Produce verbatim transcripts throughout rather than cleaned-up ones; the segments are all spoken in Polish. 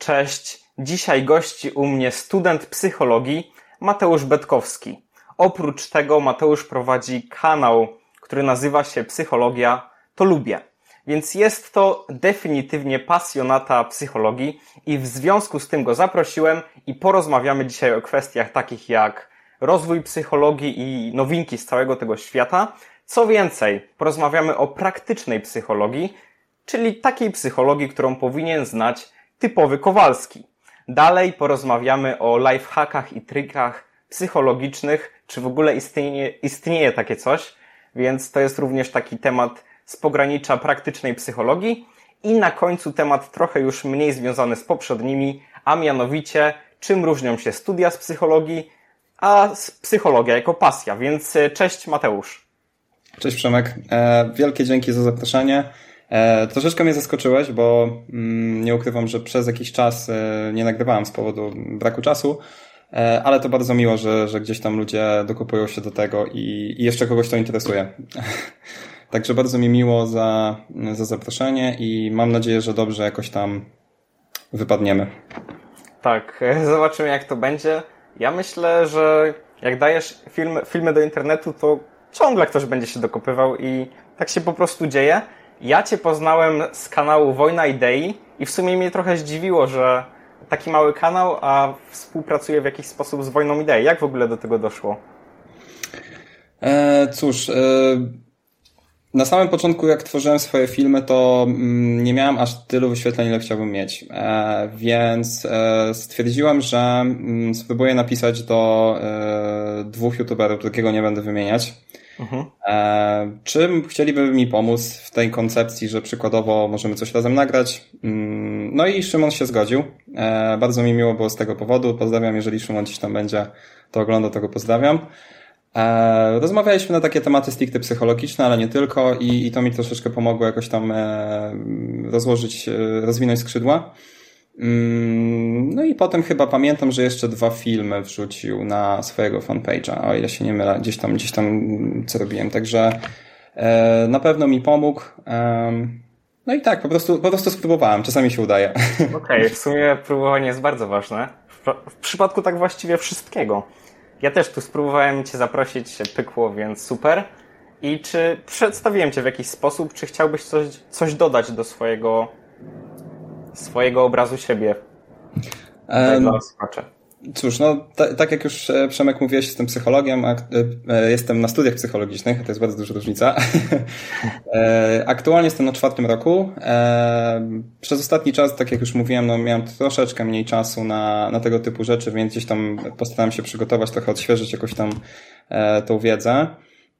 Cześć, dzisiaj gości u mnie student psychologii Mateusz Betkowski. Oprócz tego Mateusz prowadzi kanał, który nazywa się Psychologia to lubię. Więc jest to definitywnie pasjonata psychologii i w związku z tym go zaprosiłem i porozmawiamy dzisiaj o kwestiach takich jak rozwój psychologii i nowinki z całego tego świata. Co więcej, porozmawiamy o praktycznej psychologii, czyli takiej psychologii, którą powinien znać typowy Kowalski. Dalej porozmawiamy o lifehackach i trikach psychologicznych, czy w ogóle istnieje, istnieje takie coś, więc to jest również taki temat z pogranicza praktycznej psychologii. I na końcu temat trochę już mniej związany z poprzednimi, a mianowicie czym różnią się studia z psychologii, a psychologia jako pasja. Więc cześć Mateusz. Cześć Przemek. E, wielkie dzięki za zaproszenie. E, troszeczkę mnie zaskoczyłeś, bo mm, nie ukrywam, że przez jakiś czas e, nie nagrywałem z powodu braku czasu, e, ale to bardzo miło, że, że gdzieś tam ludzie dokupują się do tego i, i jeszcze kogoś to interesuje. Także bardzo mi miło za, za zaproszenie i mam nadzieję, że dobrze jakoś tam wypadniemy. Tak, zobaczymy jak to będzie. Ja myślę, że jak dajesz film, filmy do internetu, to ciągle ktoś będzie się dokopywał i tak się po prostu dzieje. Ja Cię poznałem z kanału Wojna Idei i w sumie mnie trochę zdziwiło, że taki mały kanał, a współpracuje w jakiś sposób z Wojną Idei. Jak w ogóle do tego doszło? E, cóż, e, na samym początku jak tworzyłem swoje filmy, to mm, nie miałem aż tylu wyświetleń, ile chciałbym mieć. E, więc e, stwierdziłem, że mm, spróbuję napisać do e, dwóch youtuberów, drugiego nie będę wymieniać. Mhm. E, czy chcieliby mi pomóc w tej koncepcji, że przykładowo możemy coś razem nagrać? Mm, no i Szymon się zgodził. E, bardzo mi miło było z tego powodu. Pozdrawiam, jeżeli Szymon gdzieś tam będzie, to ogląda, to go pozdrawiam. E, rozmawialiśmy na takie tematy stricte psychologiczne, ale nie tylko i, i to mi troszeczkę pomogło jakoś tam e, rozłożyć, e, rozwinąć skrzydła. Mm, no i potem chyba pamiętam, że jeszcze dwa filmy wrzucił na swojego fanpage'a, o ile się nie mylę, gdzieś tam, gdzieś tam co robiłem, także e, na pewno mi pomógł. E, no i tak, po prostu, po prostu spróbowałem, czasami się udaje. Okej, okay, w sumie próbowanie jest bardzo ważne. W, w przypadku tak właściwie wszystkiego. Ja też tu spróbowałem Cię zaprosić, się pykło, więc super. I czy przedstawiłem Cię w jakiś sposób, czy chciałbyś coś, coś dodać do swojego swojego obrazu siebie um, dla słuchaczy? Cóż, no t- tak jak już Przemek mówiłeś, jestem psychologiem, a, e, jestem na studiach psychologicznych, to jest bardzo duża różnica. e, aktualnie jestem na czwartym roku. E, przez ostatni czas, tak jak już mówiłem, no miałem troszeczkę mniej czasu na, na tego typu rzeczy, więc gdzieś tam postarałem się przygotować, trochę odświeżyć jakoś tam e, tą wiedzę.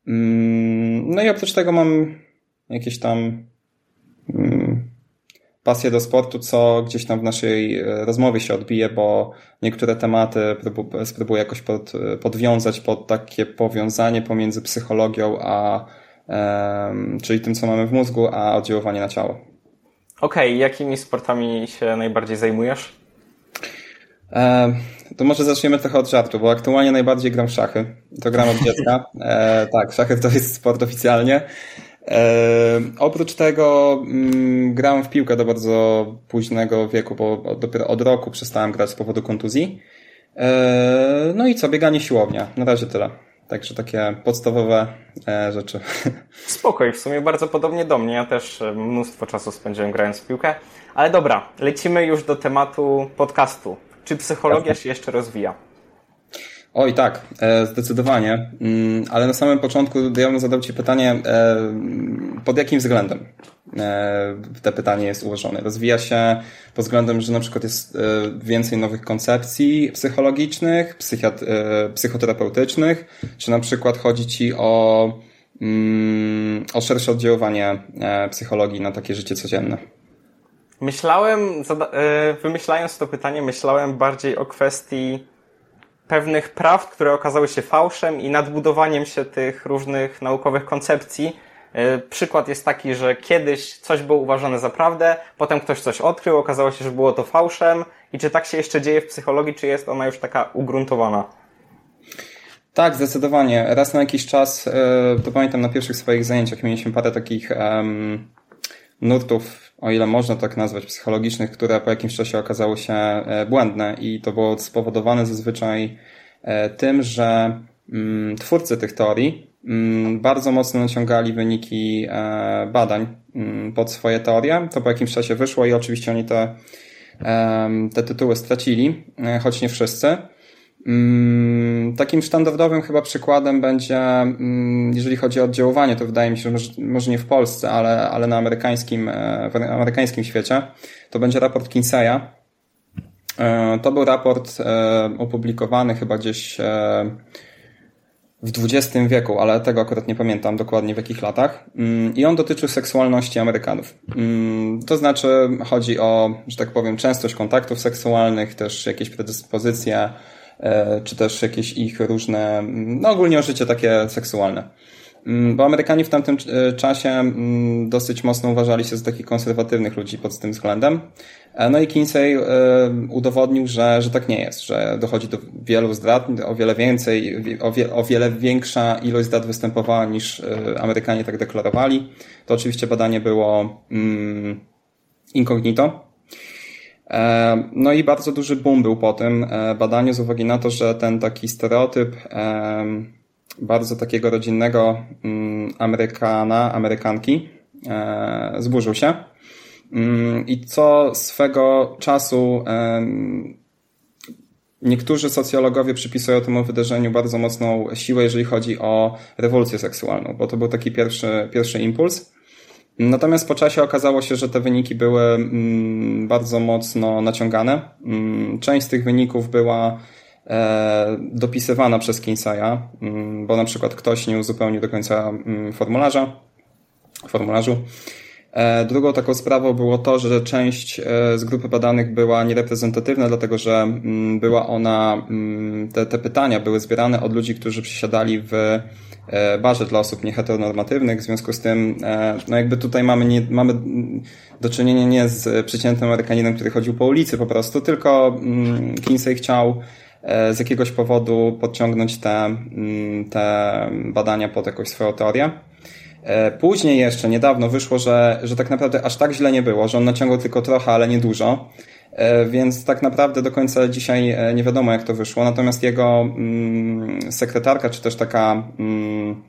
Mm, no i oprócz tego mam jakieś tam mm, pasję do sportu, co gdzieś tam w naszej rozmowie się odbije, bo niektóre tematy próbu- spróbuję jakoś pod, podwiązać pod takie powiązanie pomiędzy psychologią, a um, czyli tym, co mamy w mózgu, a oddziaływanie na ciało. Okej, okay, jakimi sportami się najbardziej zajmujesz? E, to może zaczniemy trochę od żartu, bo aktualnie najbardziej gram w szachy. To gram od dziecka. E, tak, szachy to jest sport oficjalnie. E, oprócz tego mm, grałem w piłkę do bardzo późnego wieku, bo dopiero od roku przestałem grać z powodu kontuzji. E, no i co, bieganie, siłownia. Na razie tyle. Także takie podstawowe e, rzeczy. Spokoj, w sumie bardzo podobnie do mnie. Ja też mnóstwo czasu spędziłem grając w piłkę. Ale dobra, lecimy już do tematu podcastu. Czy psychologia się jeszcze rozwija? Oj tak, zdecydowanie, ale na samym początku ja bym zadał Ci pytanie, pod jakim względem te pytanie jest ułożone? Rozwija się pod względem, że na przykład jest więcej nowych koncepcji psychologicznych, psychiat- psychoterapeutycznych, czy na przykład chodzi Ci o, o szersze oddziaływanie psychologii na takie życie codzienne? Myślałem, wymyślając to pytanie, myślałem bardziej o kwestii pewnych prawd, które okazały się fałszem i nadbudowaniem się tych różnych naukowych koncepcji. Przykład jest taki, że kiedyś coś było uważane za prawdę, potem ktoś coś odkrył, okazało się, że było to fałszem. I czy tak się jeszcze dzieje w psychologii, czy jest ona już taka ugruntowana? Tak, zdecydowanie. Raz na jakiś czas, to pamiętam na pierwszych swoich zajęciach mieliśmy parę takich um, nurtów o ile można tak nazwać, psychologicznych, które po jakimś czasie okazały się błędne i to było spowodowane zazwyczaj tym, że twórcy tych teorii bardzo mocno naciągali wyniki badań pod swoje teorie. To po jakimś czasie wyszło i oczywiście oni te, te tytuły stracili, choć nie wszyscy. Takim standardowym chyba przykładem będzie, jeżeli chodzi o oddziaływanie, to wydaje mi się, że może, może nie w Polsce, ale, ale na amerykańskim, w amerykańskim świecie, to będzie raport Kinseya. To był raport opublikowany chyba gdzieś w dwudziestym wieku, ale tego akurat nie pamiętam dokładnie w jakich latach. I on dotyczył seksualności Amerykanów. To znaczy chodzi o, że tak powiem, częstość kontaktów seksualnych, też jakieś predyspozycje, czy też jakieś ich różne, no ogólnie o życie takie seksualne. Bo Amerykanie w tamtym czasie dosyć mocno uważali się za takich konserwatywnych ludzi pod tym względem. No i Kinsey udowodnił, że, że tak nie jest, że dochodzi do wielu zdrad, o wiele więcej, o, wie, o wiele większa ilość zdrad występowała niż Amerykanie tak deklarowali. To oczywiście badanie było mm, incognito. No i bardzo duży boom był po tym badaniu z uwagi na to, że ten taki stereotyp bardzo takiego rodzinnego Amerykana, Amerykanki zburzył się. I co swego czasu niektórzy socjologowie przypisują temu wydarzeniu bardzo mocną siłę, jeżeli chodzi o rewolucję seksualną, bo to był taki pierwszy, pierwszy impuls. Natomiast po czasie okazało się, że te wyniki były bardzo mocno naciągane. Część z tych wyników była dopisywana przez Kinseya, bo na przykład ktoś nie uzupełnił do końca formularza, formularzu. Drugą taką sprawą było to, że część z grupy badanych była niereprezentatywna, dlatego że była ona, te, te pytania były zbierane od ludzi, którzy przysiadali w barze dla osób nieheteronormatywnych. W związku z tym, no jakby tutaj mamy, nie, mamy do czynienia nie z przeciętnym Amerykaninem, który chodził po ulicy po prostu, tylko Kinsey chciał z jakiegoś powodu podciągnąć te, te badania pod jakąś swoją teorię. Później jeszcze, niedawno wyszło, że, że tak naprawdę aż tak źle nie było, że on naciągał tylko trochę, ale nie dużo, więc tak naprawdę do końca dzisiaj nie wiadomo, jak to wyszło. Natomiast jego mm, sekretarka, czy też taka mm,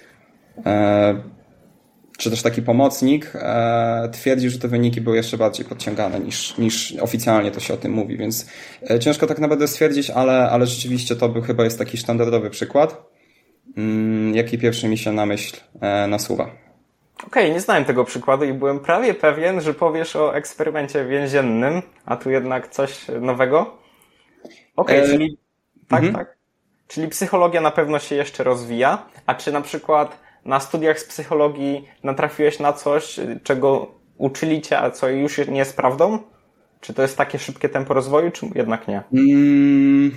e, czy też taki pomocnik e, twierdzi, że te wyniki były jeszcze bardziej podciągane niż, niż oficjalnie to się o tym mówi, więc e, ciężko tak naprawdę stwierdzić, ale, ale rzeczywiście to był chyba jest taki standardowy przykład, mm, jaki pierwszy mi się na myśl e, nasuwa. Okej, okay, nie znałem tego przykładu i byłem prawie pewien, że powiesz o eksperymencie więziennym, a tu jednak coś nowego. Okej, okay, e... czyli tak, mhm. tak. Czyli psychologia na pewno się jeszcze rozwija, a czy na przykład na studiach z psychologii natrafiłeś na coś, czego uczyli cię, a co już nie jest prawdą? Czy to jest takie szybkie tempo rozwoju, czy jednak nie? Mm,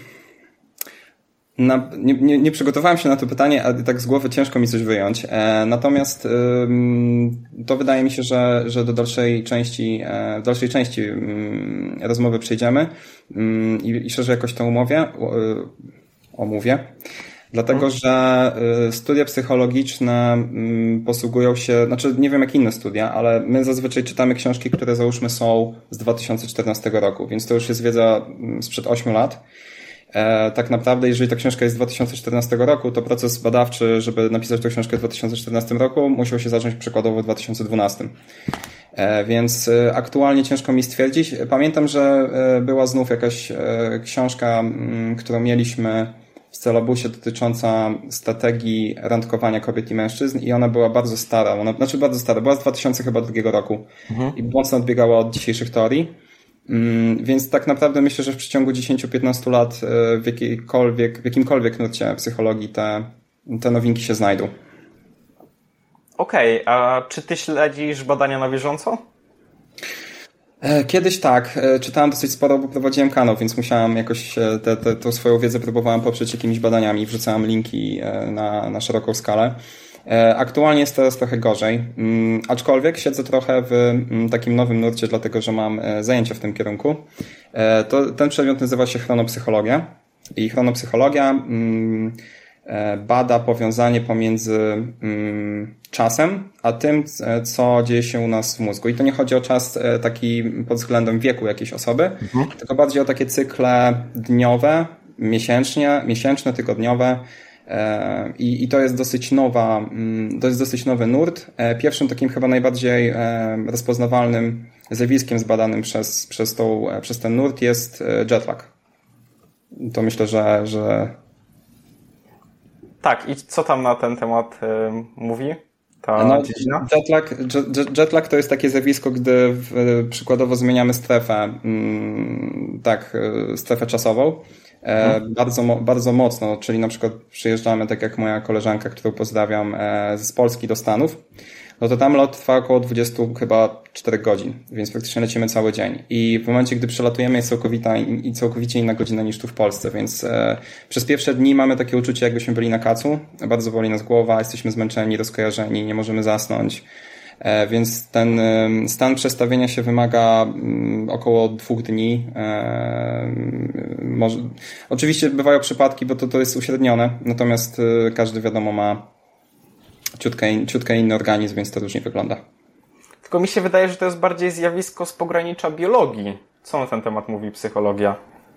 na, nie, nie, nie przygotowałem się na to pytanie, a tak z głowy ciężko mi coś wyjąć. E, natomiast ym, to wydaje mi się, że, że do dalszej części, e, w dalszej części ym, rozmowy przejdziemy ym, i, i szerzej jakoś to umówię, y, omówię. Dlatego, że studia psychologiczne posługują się, znaczy nie wiem jak inne studia, ale my zazwyczaj czytamy książki, które załóżmy są z dwa tysiące czternastego roku, więc to już jest wiedza sprzed ośmiu lat. Tak naprawdę, jeżeli ta książka jest z dwa tysiące czternastego roku, to proces badawczy, żeby napisać tę książkę w dwa tysiące czternastym roku, musiał się zacząć przykładowo w dwa tysiące dwunastym. Więc aktualnie ciężko mi stwierdzić. Pamiętam, że była znów jakaś książka, którą mieliśmy w celobusie dotycząca strategii randkowania kobiet i mężczyzn i ona była bardzo stara, ona, znaczy bardzo stara, była z dwa tysiące drugiego roku mhm. i mocno odbiegała od dzisiejszych teorii, mm, więc tak naprawdę myślę, że w przeciągu dziesięć do piętnastu lat w jakiejkolwiek, w jakimkolwiek nurcie psychologii te, te nowinki się znajdą. Okej, okay, a czy ty śledzisz badania na bieżąco? Kiedyś tak, czytałem dosyć sporo, bo prowadziłem kanał, więc musiałem jakoś te, te, tą swoją wiedzę próbowałem poprzeć jakimiś badaniami, wrzucałem linki na, na szeroką skalę. Aktualnie jest teraz trochę gorzej, aczkolwiek siedzę trochę w takim nowym nurcie, dlatego że mam zajęcia w tym kierunku. To, ten przedmiot nazywa się chronopsychologia i chronopsychologia bada powiązanie pomiędzy czasem, a tym, co dzieje się u nas w mózgu. I to nie chodzi o czas taki pod względem wieku jakiejś osoby, mhm. tylko bardziej o takie cykle dniowe, miesięcznie, miesięczne, tygodniowe. I, I to jest dosyć nowa, to jest dosyć nowy nurt. Pierwszym takim chyba najbardziej rozpoznawalnym zjawiskiem zbadanym przez, przez, tą, przez ten nurt jest jetlag. To myślę, że, że... Tak, i co tam na ten temat y, mówi ta no, dziedzina? Jetlag, jet, jetlag to jest takie zjawisko, gdy w, przykładowo zmieniamy strefę, mm, tak, strefę czasową. Hmm. Bardzo, bardzo mocno, czyli na przykład przyjeżdżamy, tak jak moja koleżanka, którą pozdrawiam, z Polski do Stanów, no to tam lot trwa około dwadzieścia chyba cztery godzin, więc faktycznie lecimy cały dzień. I w momencie, gdy przelatujemy, jest całkowita i całkowicie inna godzina niż tu w Polsce, więc e, przez pierwsze dni mamy takie uczucie, jakbyśmy byli na kacu. Bardzo boli nas głowa, jesteśmy zmęczeni, rozkojarzeni, nie możemy zasnąć. E, więc ten e, stan przestawienia się wymaga m, około dwóch dni. E, może, oczywiście bywają przypadki, bo to, to jest uśrednione, natomiast e, każdy wiadomo ma Ciutkę, ciutkę inny organizm, więc to różnie wygląda. Tylko mi się wydaje, że to jest bardziej zjawisko z pogranicza biologii. Co na ten temat mówi psychologia?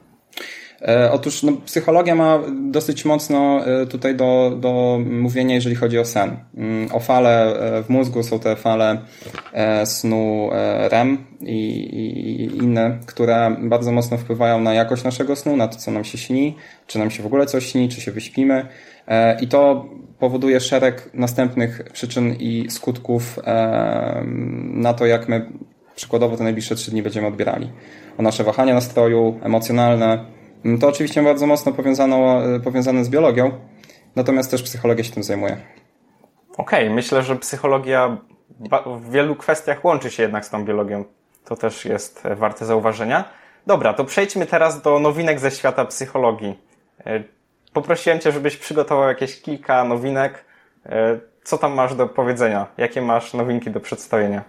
E, otóż no, psychologia ma dosyć mocno e, tutaj do, do mówienia, jeżeli chodzi o sen. Mm, o fale e, w mózgu są te fale e, snu e, R E M i, i, i inne, które bardzo mocno wpływają na jakość naszego snu, na to, co nam się śni, czy nam się w ogóle coś śni, czy się wyśpimy. E, I to powoduje szereg następnych przyczyn i skutków e, na to, jak my przykładowo te najbliższe trzy dni będziemy odbierali. O nasze wahania nastroju, emocjonalne. To oczywiście bardzo mocno powiązane, powiązane z biologią, natomiast też psychologia się tym zajmuje. Okej, okay, myślę, że psychologia w wielu kwestiach łączy się jednak z tą biologią. To też jest warte zauważenia. Dobra, to przejdźmy teraz do nowinek ze świata psychologii. Poprosiłem Cię, żebyś przygotował jakieś kilka nowinek. Co tam masz do powiedzenia? Jakie masz nowinki do przedstawienia?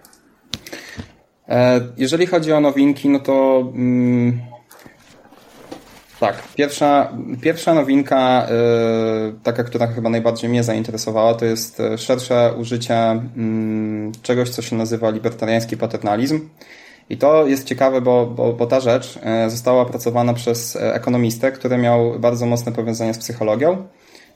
Jeżeli chodzi o nowinki, no to mm, tak, pierwsza, pierwsza nowinka, yy, taka, która chyba najbardziej mnie zainteresowała, to jest szersze użycie yy, czegoś, co się nazywa libertariański paternalizm. I to jest ciekawe, bo, bo, bo ta rzecz została opracowana przez ekonomistę, który miał bardzo mocne powiązania z psychologią.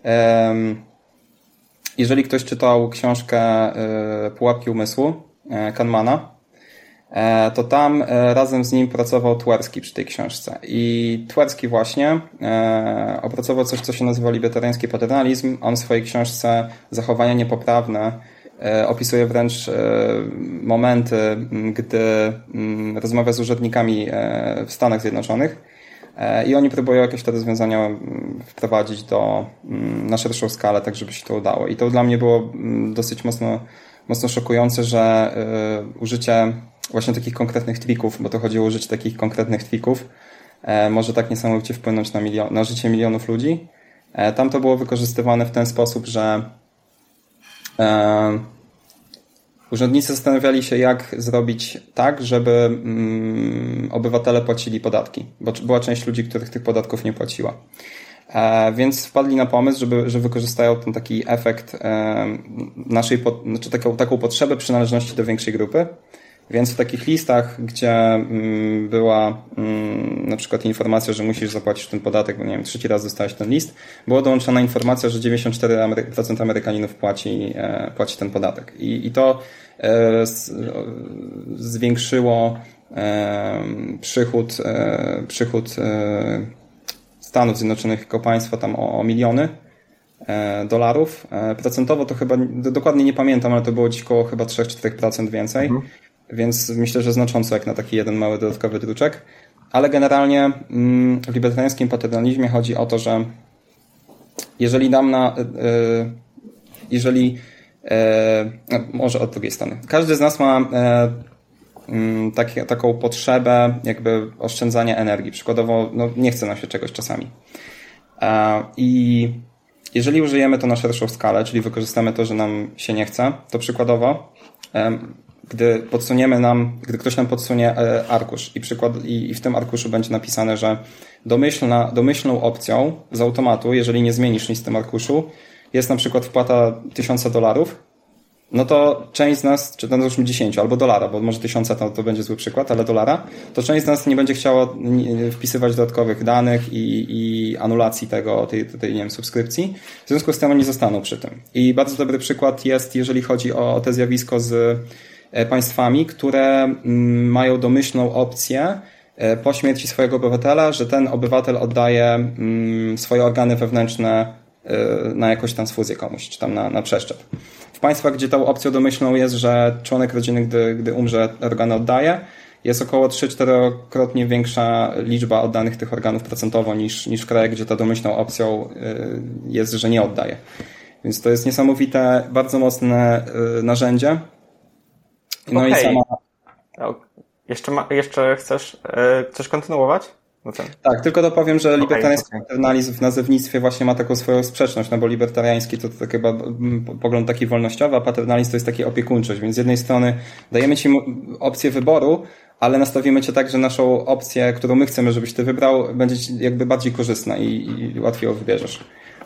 Jeżeli ktoś czytał książkę Pułapki umysłu Kahnemana, to tam razem z nim pracował Twerski przy tej książce. I Twerski właśnie opracował coś, co się nazywa libertariański paternalizm. On w swojej książce Zachowania niepoprawne opisuje wręcz momenty, gdy rozmawia z urzędnikami w Stanach Zjednoczonych i oni próbują jakieś te rozwiązania wprowadzić do, na szerszą skalę, tak żeby się to udało. I to dla mnie było dosyć mocno, mocno szokujące, że użycie właśnie takich konkretnych trików, bo to chodzi o użycie takich konkretnych trików, może tak niesamowicie wpłynąć na, milion, na życie milionów ludzi. Tam to było wykorzystywane w ten sposób, że urzędnicy zastanawiali się, jak zrobić tak, żeby mm, obywatele płacili podatki, bo była część ludzi, których tych podatków nie płaciła. E, więc wpadli na pomysł, żeby, że wykorzystają ten taki efekt e, naszej, po, znaczy taką, taką potrzebę przynależności do większej grupy. Więc w takich listach, gdzie mm, była mm, na przykład informacja, że musisz zapłacić ten podatek, bo nie wiem, trzeci raz dostałeś ten list, była dołączona informacja, że dziewięćdziesiąt cztery procent Amerykanów płaci, e, płaci ten podatek. I, i to e, z, zwiększyło e, przychód, e, przychód e, Stanów Zjednoczonych jako państwa tam o, o miliony e, dolarów. E, procentowo to chyba, dokładnie nie pamiętam, ale to było gdzieś koło chyba trzy do czterech procent więcej. Mhm. Więc myślę, że znacząco jak na taki jeden mały dodatkowy druczek. Ale generalnie w libertariańskim paternalizmie chodzi o to, że jeżeli dam na... Jeżeli... Może od drugiej strony. Każdy z nas ma tak, taką potrzebę jakby oszczędzania energii. Przykładowo no, nie chce nam się czegoś czasami. I jeżeli użyjemy to na szerszą skalę, czyli wykorzystamy to, że nam się nie chce, to przykładowo gdy podsuniemy nam, gdy ktoś nam podsunie arkusz i przykład, i, i w tym arkuszu będzie napisane, że domyślna, domyślną opcją z automatu, jeżeli nie zmienisz nic w tym arkuszu, jest na przykład wpłata tysiąca dolarów, no to część z nas, czy to załóżmy dziesięć albo dolara, bo może tysiąca to, to będzie zły przykład, ale dolara, to część z nas nie będzie chciała wpisywać dodatkowych danych i, i anulacji tego, tej, tej, nie wiem, subskrypcji. W związku z tym oni zostaną przy tym. I bardzo dobry przykład jest, jeżeli chodzi o, o te zjawisko z państwami, które mają domyślną opcję po śmierci swojego obywatela, że ten obywatel oddaje swoje organy wewnętrzne na jakąś transfuzję komuś, czy tam na, na przeszczep. W państwach, gdzie tą opcją domyślną jest, że członek rodziny, gdy, gdy umrze, organy oddaje, jest około trzy czterokrotnie większa liczba oddanych tych organów procentowo niż, niż w krajach, gdzie ta domyślną opcją jest, że nie oddaje. Więc to jest niesamowite, bardzo mocne narzędzie. No okay. i sama... Jeszcze, ma, jeszcze chcesz yy, coś kontynuować? No ten. Tak, tylko dopowiem, że libertariański okay, okay. paternalizm w nazewnictwie właśnie ma taką swoją sprzeczność, no bo libertariański to, to chyba pogląd taki wolnościowy, a paternalizm to jest taki opiekuńczość, więc z jednej strony dajemy ci opcję wyboru, ale nastawimy cię tak, że naszą opcję, którą my chcemy, żebyś ty wybrał, będzie ci jakby bardziej korzystna i, i łatwiej ją wybierzesz.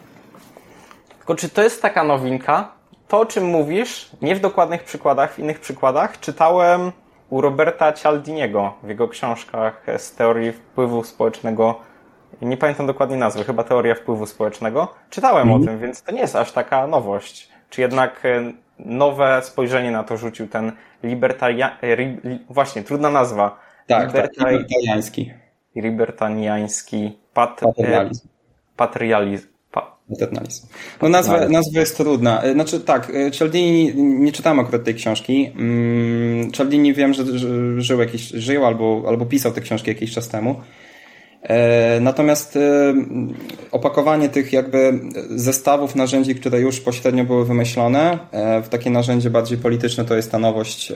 Tylko czy to jest taka nowinka? To, o czym mówisz, nie w dokładnych przykładach, w innych przykładach, czytałem u Roberta Cialdiniego w jego książkach z teorii wpływu społecznego. Nie pamiętam dokładnie nazwy, chyba teoria wpływu społecznego. Czytałem mm. o tym, więc to nie jest aż taka nowość. Czy jednak nowe spojrzenie na to rzucił ten libertarian... Właśnie, trudna nazwa. Tak, Libertari... tak libertariański. Libertariański pat... paternalizm. Patrializm. Paternalizm. No nazwa, nazwa jest trudna. Znaczy tak, Cialdini, nie czytałem akurat tej książki. Cialdini wiem, że żył jakiś, żył albo, albo pisał te książki jakiś czas temu. Natomiast opakowanie tych jakby zestawów narzędzi, które już pośrednio były wymyślone w takie narzędzie bardziej polityczne, to jest ta nowość.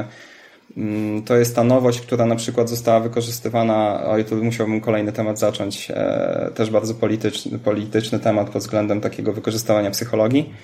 To jest ta nowość, która na przykład została wykorzystywana, oj, tu musiałbym kolejny temat zacząć, e, też bardzo polityczny, polityczny temat pod względem takiego wykorzystywania psychologii,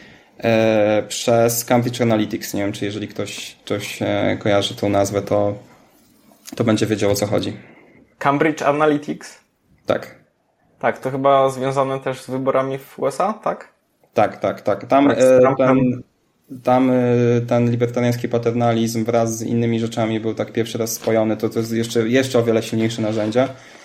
e, przez Cambridge Analytics. Nie wiem, czy jeżeli ktoś, ktoś e, kojarzy tą nazwę, to, to będzie wiedział, o co chodzi. Cambridge Analytics? Tak. Tak, to chyba związane też z wyborami w U S A, tak? Tak, tak, tak. Tam tak, e, ten... Tam ten libertariański paternalizm wraz z innymi rzeczami był tak pierwszy raz spojony, to to jest jeszcze, jeszcze o wiele silniejsze narzędzie.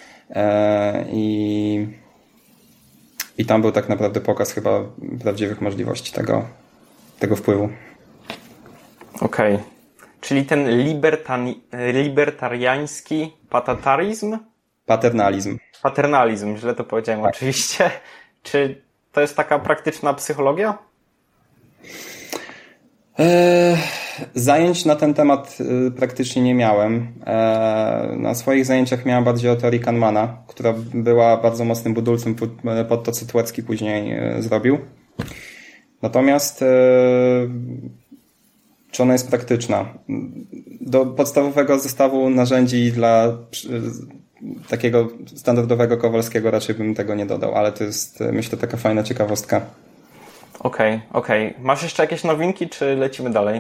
I, i tam był tak naprawdę pokaz chyba prawdziwych możliwości tego, tego wpływu. Okej. Okay. Czyli ten libertani- libertariański patatarizm? Paternalizm. Paternalizm, źle to powiedziałem tak. Oczywiście. Czy to jest taka praktyczna psychologia? Zajęć na ten temat praktycznie nie miałem. Na swoich zajęciach miałem bardziej o teorii Kahnemana, która była bardzo mocnym budulcem pod to, co Tłecki później zrobił. Natomiast czy ona jest praktyczna? Do podstawowego zestawu narzędzi dla takiego standardowego Kowalskiego raczej bym tego nie dodał, ale to jest, myślę, taka fajna ciekawostka. Okej, okay, okej. Okay. Masz jeszcze jakieś nowinki, czy lecimy dalej?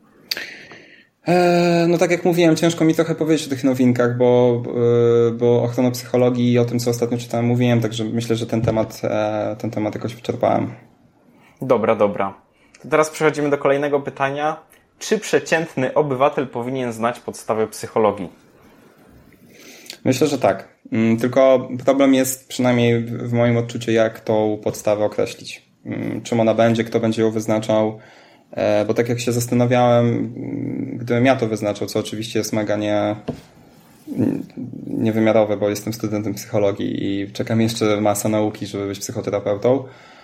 Eee, no tak jak mówiłem, ciężko mi trochę powiedzieć o tych nowinkach, bo, bo o chronopsychologii i o tym, co ostatnio czytałem, mówiłem, także myślę, że ten temat, ten temat jakoś wyczerpałem. Dobra, dobra. To teraz przechodzimy do kolejnego pytania. Czy przeciętny obywatel powinien znać podstawy psychologii? Myślę, że tak. Tylko problem jest, przynajmniej w moim odczuciu, jak tą podstawę określić. Czym ona będzie, kto będzie ją wyznaczał, bo tak jak się zastanawiałem, gdybym ja to wyznaczał, co oczywiście jest mega nie, niewymiarowe, bo jestem studentem psychologii i czekam jeszcze masę nauki, żeby być psychoterapeutą,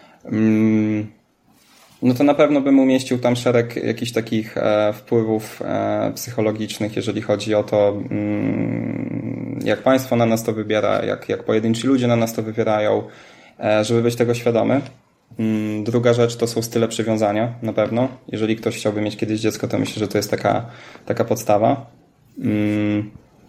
no to na pewno bym umieścił tam szereg jakichś takich wpływów psychologicznych, jeżeli chodzi o to, jak państwo na nas to wybiera, jak, jak pojedynczy ludzie na nas to wybierają, żeby być tego świadomy. Druga rzecz to są style przywiązania, na pewno. Jeżeli ktoś chciałby mieć kiedyś dziecko, to myślę, że to jest taka, taka podstawa.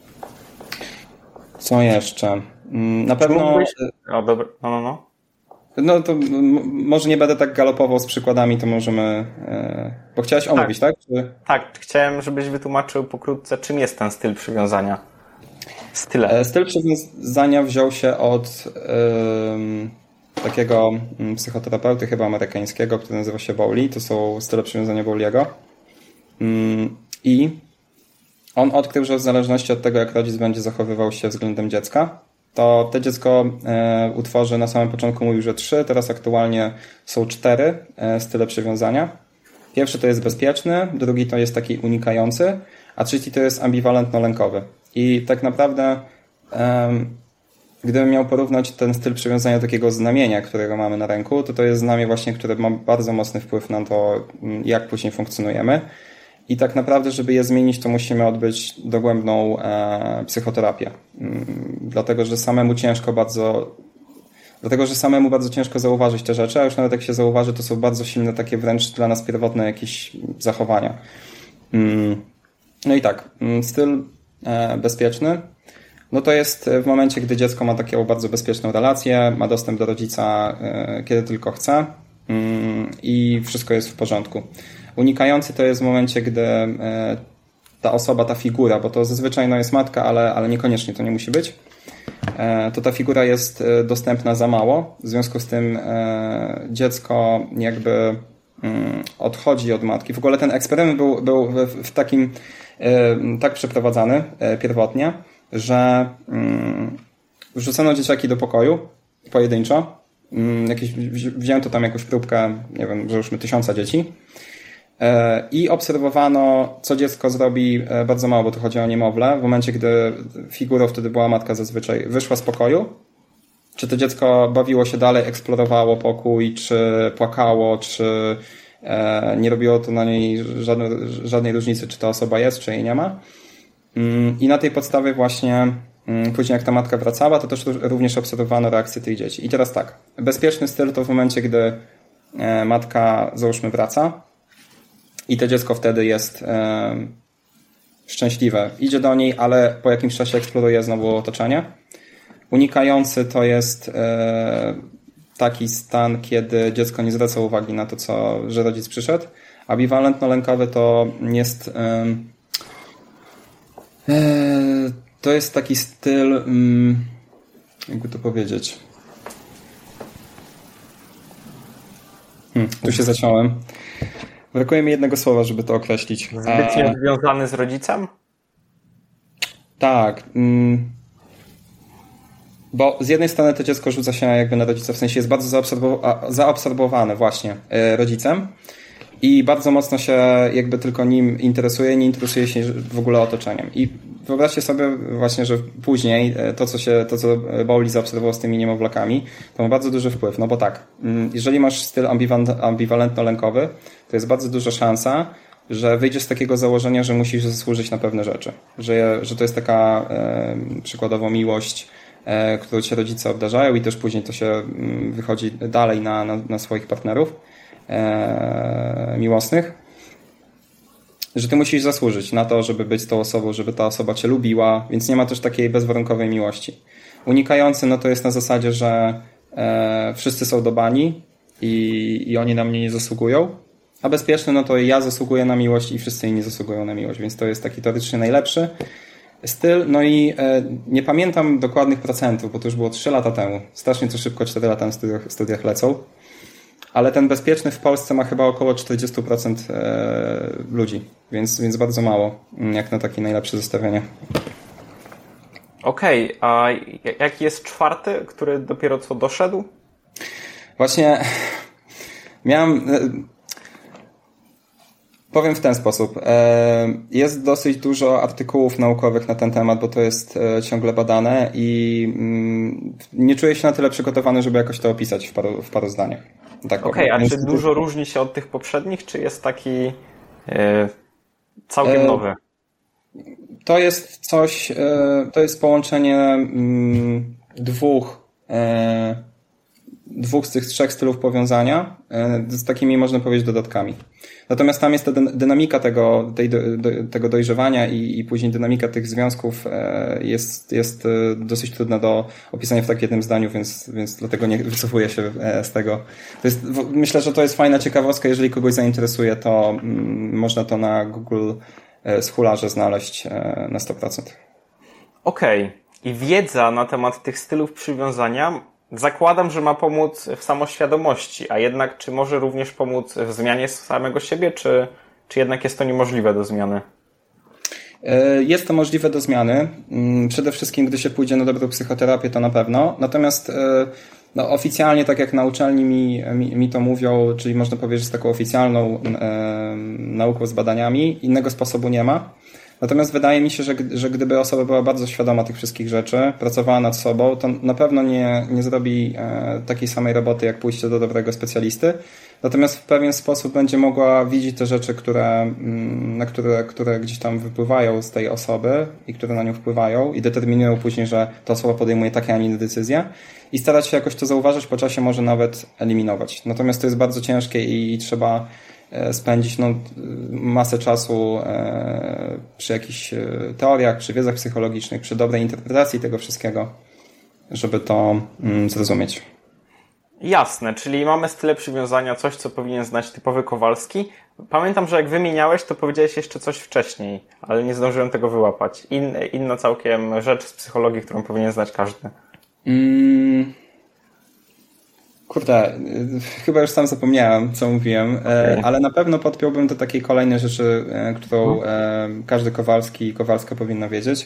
Co jeszcze? Na pewno... Mógłbyś... O, dobra. No, no, no. No to m- może nie będę tak galopował z przykładami, to możemy... E, bo chciałeś omówić, tak? Tak? Czy... tak, chciałem, żebyś wytłumaczył pokrótce, czym jest ten styl przywiązania. Style. E, styl przywiązania wziął się od e, takiego psychoterapeuty chyba amerykańskiego, który nazywa się Bowley. To są style przywiązania Bowley'ego. Mm, I on odkrył, że w zależności od tego, jak rodzic będzie zachowywał się względem dziecka, to to dziecko e, utworzy na samym początku mówił, że trzy, teraz aktualnie są cztery e, style przywiązania. Pierwszy to jest bezpieczny, drugi to jest taki unikający, a trzeci to jest ambiwalentno-lękowy. I tak naprawdę e, gdybym miał porównać ten styl przywiązania do takiego znamienia, którego mamy na ręku, to to jest znamię właśnie, które ma bardzo mocny wpływ na to, jak później funkcjonujemy. I tak naprawdę, żeby je zmienić, to musimy odbyć dogłębną e, psychoterapię. Mm, dlatego, że samemu ciężko bardzo, dlatego, że samemu bardzo ciężko zauważyć te rzeczy, a już nawet jak się zauważy, to są bardzo silne takie wręcz dla nas pierwotne jakieś zachowania. Mm, no i tak, styl e, bezpieczny, no to jest w momencie, gdy dziecko ma taką bardzo bezpieczną relację, ma dostęp do rodzica, e, kiedy tylko chce mm, i wszystko jest w porządku. Unikający to jest w momencie, gdy ta osoba, ta figura, bo to zazwyczaj no jest matka, ale, ale niekoniecznie to nie musi być, to ta figura jest dostępna za mało. W związku z tym dziecko jakby odchodzi od matki. W ogóle ten eksperyment był, był w takim tak przeprowadzany pierwotnie, że wrzucono dzieciaki do pokoju pojedynczo. Jakieś, wzięto tam jakąś próbkę, nie wiem, załóżmy tysiąca dzieci i obserwowano, co dziecko zrobi bardzo mało, bo tu chodzi o niemowlę. W momencie, gdy figurą wtedy była matka zazwyczaj, wyszła z pokoju, czy to dziecko bawiło się dalej, eksplorowało pokój, czy płakało, czy nie robiło to na niej żadnej, żadnej różnicy, czy ta osoba jest, czy jej nie ma. I na tej podstawie właśnie później jak ta matka wracała, to też również obserwowano reakcję tych dzieci. I teraz tak, bezpieczny styl to w momencie, gdy matka, załóżmy, wraca i to dziecko wtedy jest e, szczęśliwe. Idzie do niej, ale po jakimś czasie eksploruje znowu otoczenie. Unikający to jest e, taki stan, kiedy dziecko nie zwraca uwagi na to, co, że rodzic przyszedł. Ambiwalentno-lękowy to jest e, e, to jest taki styl mm, jakby to powiedzieć hmm, tu się zaciąłem. Brakuje mi jednego słowa, żeby to określić. Zbytnio A... związany z rodzicem? Tak. Mm, bo z jednej strony to dziecko rzuca się jakby na rodzica, w sensie jest bardzo zaabsorbowane, zaabsorbowane właśnie rodzicem i bardzo mocno się jakby tylko nim interesuje, nie interesuje się w ogóle otoczeniem. I wyobraźcie sobie właśnie, że później to, co się, to, co Bowley zaobserwował z tymi niemowlakami, to ma bardzo duży wpływ. No bo tak, jeżeli masz styl ambiwalentno-lękowy, to jest bardzo duża szansa, że wyjdziesz z takiego założenia, że musisz zasłużyć na pewne rzeczy. Że, że to jest taka e, przykładowo miłość, e, którą cię rodzice obdarzają i też później to się wychodzi dalej na, na, na swoich partnerów e, miłosnych. Że ty musisz zasłużyć na to, żeby być tą osobą, żeby ta osoba cię lubiła, więc nie ma też takiej bezwarunkowej miłości. Unikający, no to jest na zasadzie, że e, wszyscy są do bani i, i oni na mnie nie zasługują, a bezpieczny, no to ja zasługuję na miłość i wszyscy inni zasługują na miłość, więc to jest taki teoretycznie najlepszy styl. No i e, nie pamiętam dokładnych procentów, bo to już było trzy lata temu. Strasznie to szybko, cztery lata na studiach, studiach lecą. Ale ten bezpieczny w Polsce ma chyba około czterdzieści procent ludzi, więc, więc bardzo mało, jak na takie najlepsze zestawienie. Okej, okay, a jaki jest czwarty, który dopiero co doszedł? Właśnie miałem... Powiem w ten sposób. Jest dosyć dużo artykułów naukowych na ten temat, bo to jest ciągle badane i nie czuję się na tyle przygotowany, żeby jakoś to opisać w paru, w paru zdaniach. Tak Okej, okay, a czy dużo różni się od tych poprzednich, czy jest taki e, całkiem e, nowy? To jest coś, e, to jest połączenie mm, dwóch, e, dwóch z tych trzech stylów powiązania z takimi, można powiedzieć, dodatkami. Natomiast tam jest ta dynamika tego, tej, do, tego dojrzewania i, i później dynamika tych związków jest, jest dosyć trudna do opisania w tak jednym zdaniu, więc, więc dlatego nie wycofuję się z tego. To jest, myślę, że to jest fajna ciekawostka, jeżeli kogoś zainteresuje, to mm, można to na Google Scholarze znaleźć na sto procent. Okej. Okay. I wiedza na temat tych stylów przywiązania zakładam, że ma pomóc w samoświadomości, a jednak czy może również pomóc w zmianie samego siebie, czy, czy jednak jest to niemożliwe do zmiany? Jest to możliwe do zmiany. Przede wszystkim, gdy się pójdzie na dobrą psychoterapię, to na pewno. Natomiast no, oficjalnie, tak jak na uczelni mi, mi, mi to mówią, czyli można powiedzieć z taką oficjalną e, nauką z badaniami, innego sposobu nie ma. Natomiast wydaje mi się, że, że gdyby osoba była bardzo świadoma tych wszystkich rzeczy, pracowała nad sobą, to na pewno nie, nie zrobi e, takiej samej roboty, jak pójście do dobrego specjalisty. Natomiast w pewien sposób będzie mogła widzieć te rzeczy, które, na które, które gdzieś tam wypływają z tej osoby i które na nią wpływają i determinują później, że ta osoba podejmuje takie, a nie inne decyzje i starać się jakoś to zauważyć, po czasie może nawet eliminować. Natomiast to jest bardzo ciężkie i, i trzeba spędzić no, masę czasu e, przy jakichś teoriach, przy wiedzach psychologicznych, przy dobrej interpretacji tego wszystkiego, żeby to mm, zrozumieć. Jasne, czyli mamy style przywiązania, coś, co powinien znać typowy Kowalski. Pamiętam, że jak wymieniałeś, to powiedziałeś jeszcze coś wcześniej, ale nie zdążyłem tego wyłapać. In, inna całkiem rzecz z psychologii, którą powinien znać każdy. Mm. Kurde, chyba już sam zapomniałem, co mówiłem, okay. Ale na pewno podpiąłbym do takiej kolejnej rzeczy, którą każdy Kowalski i Kowalska powinna wiedzieć.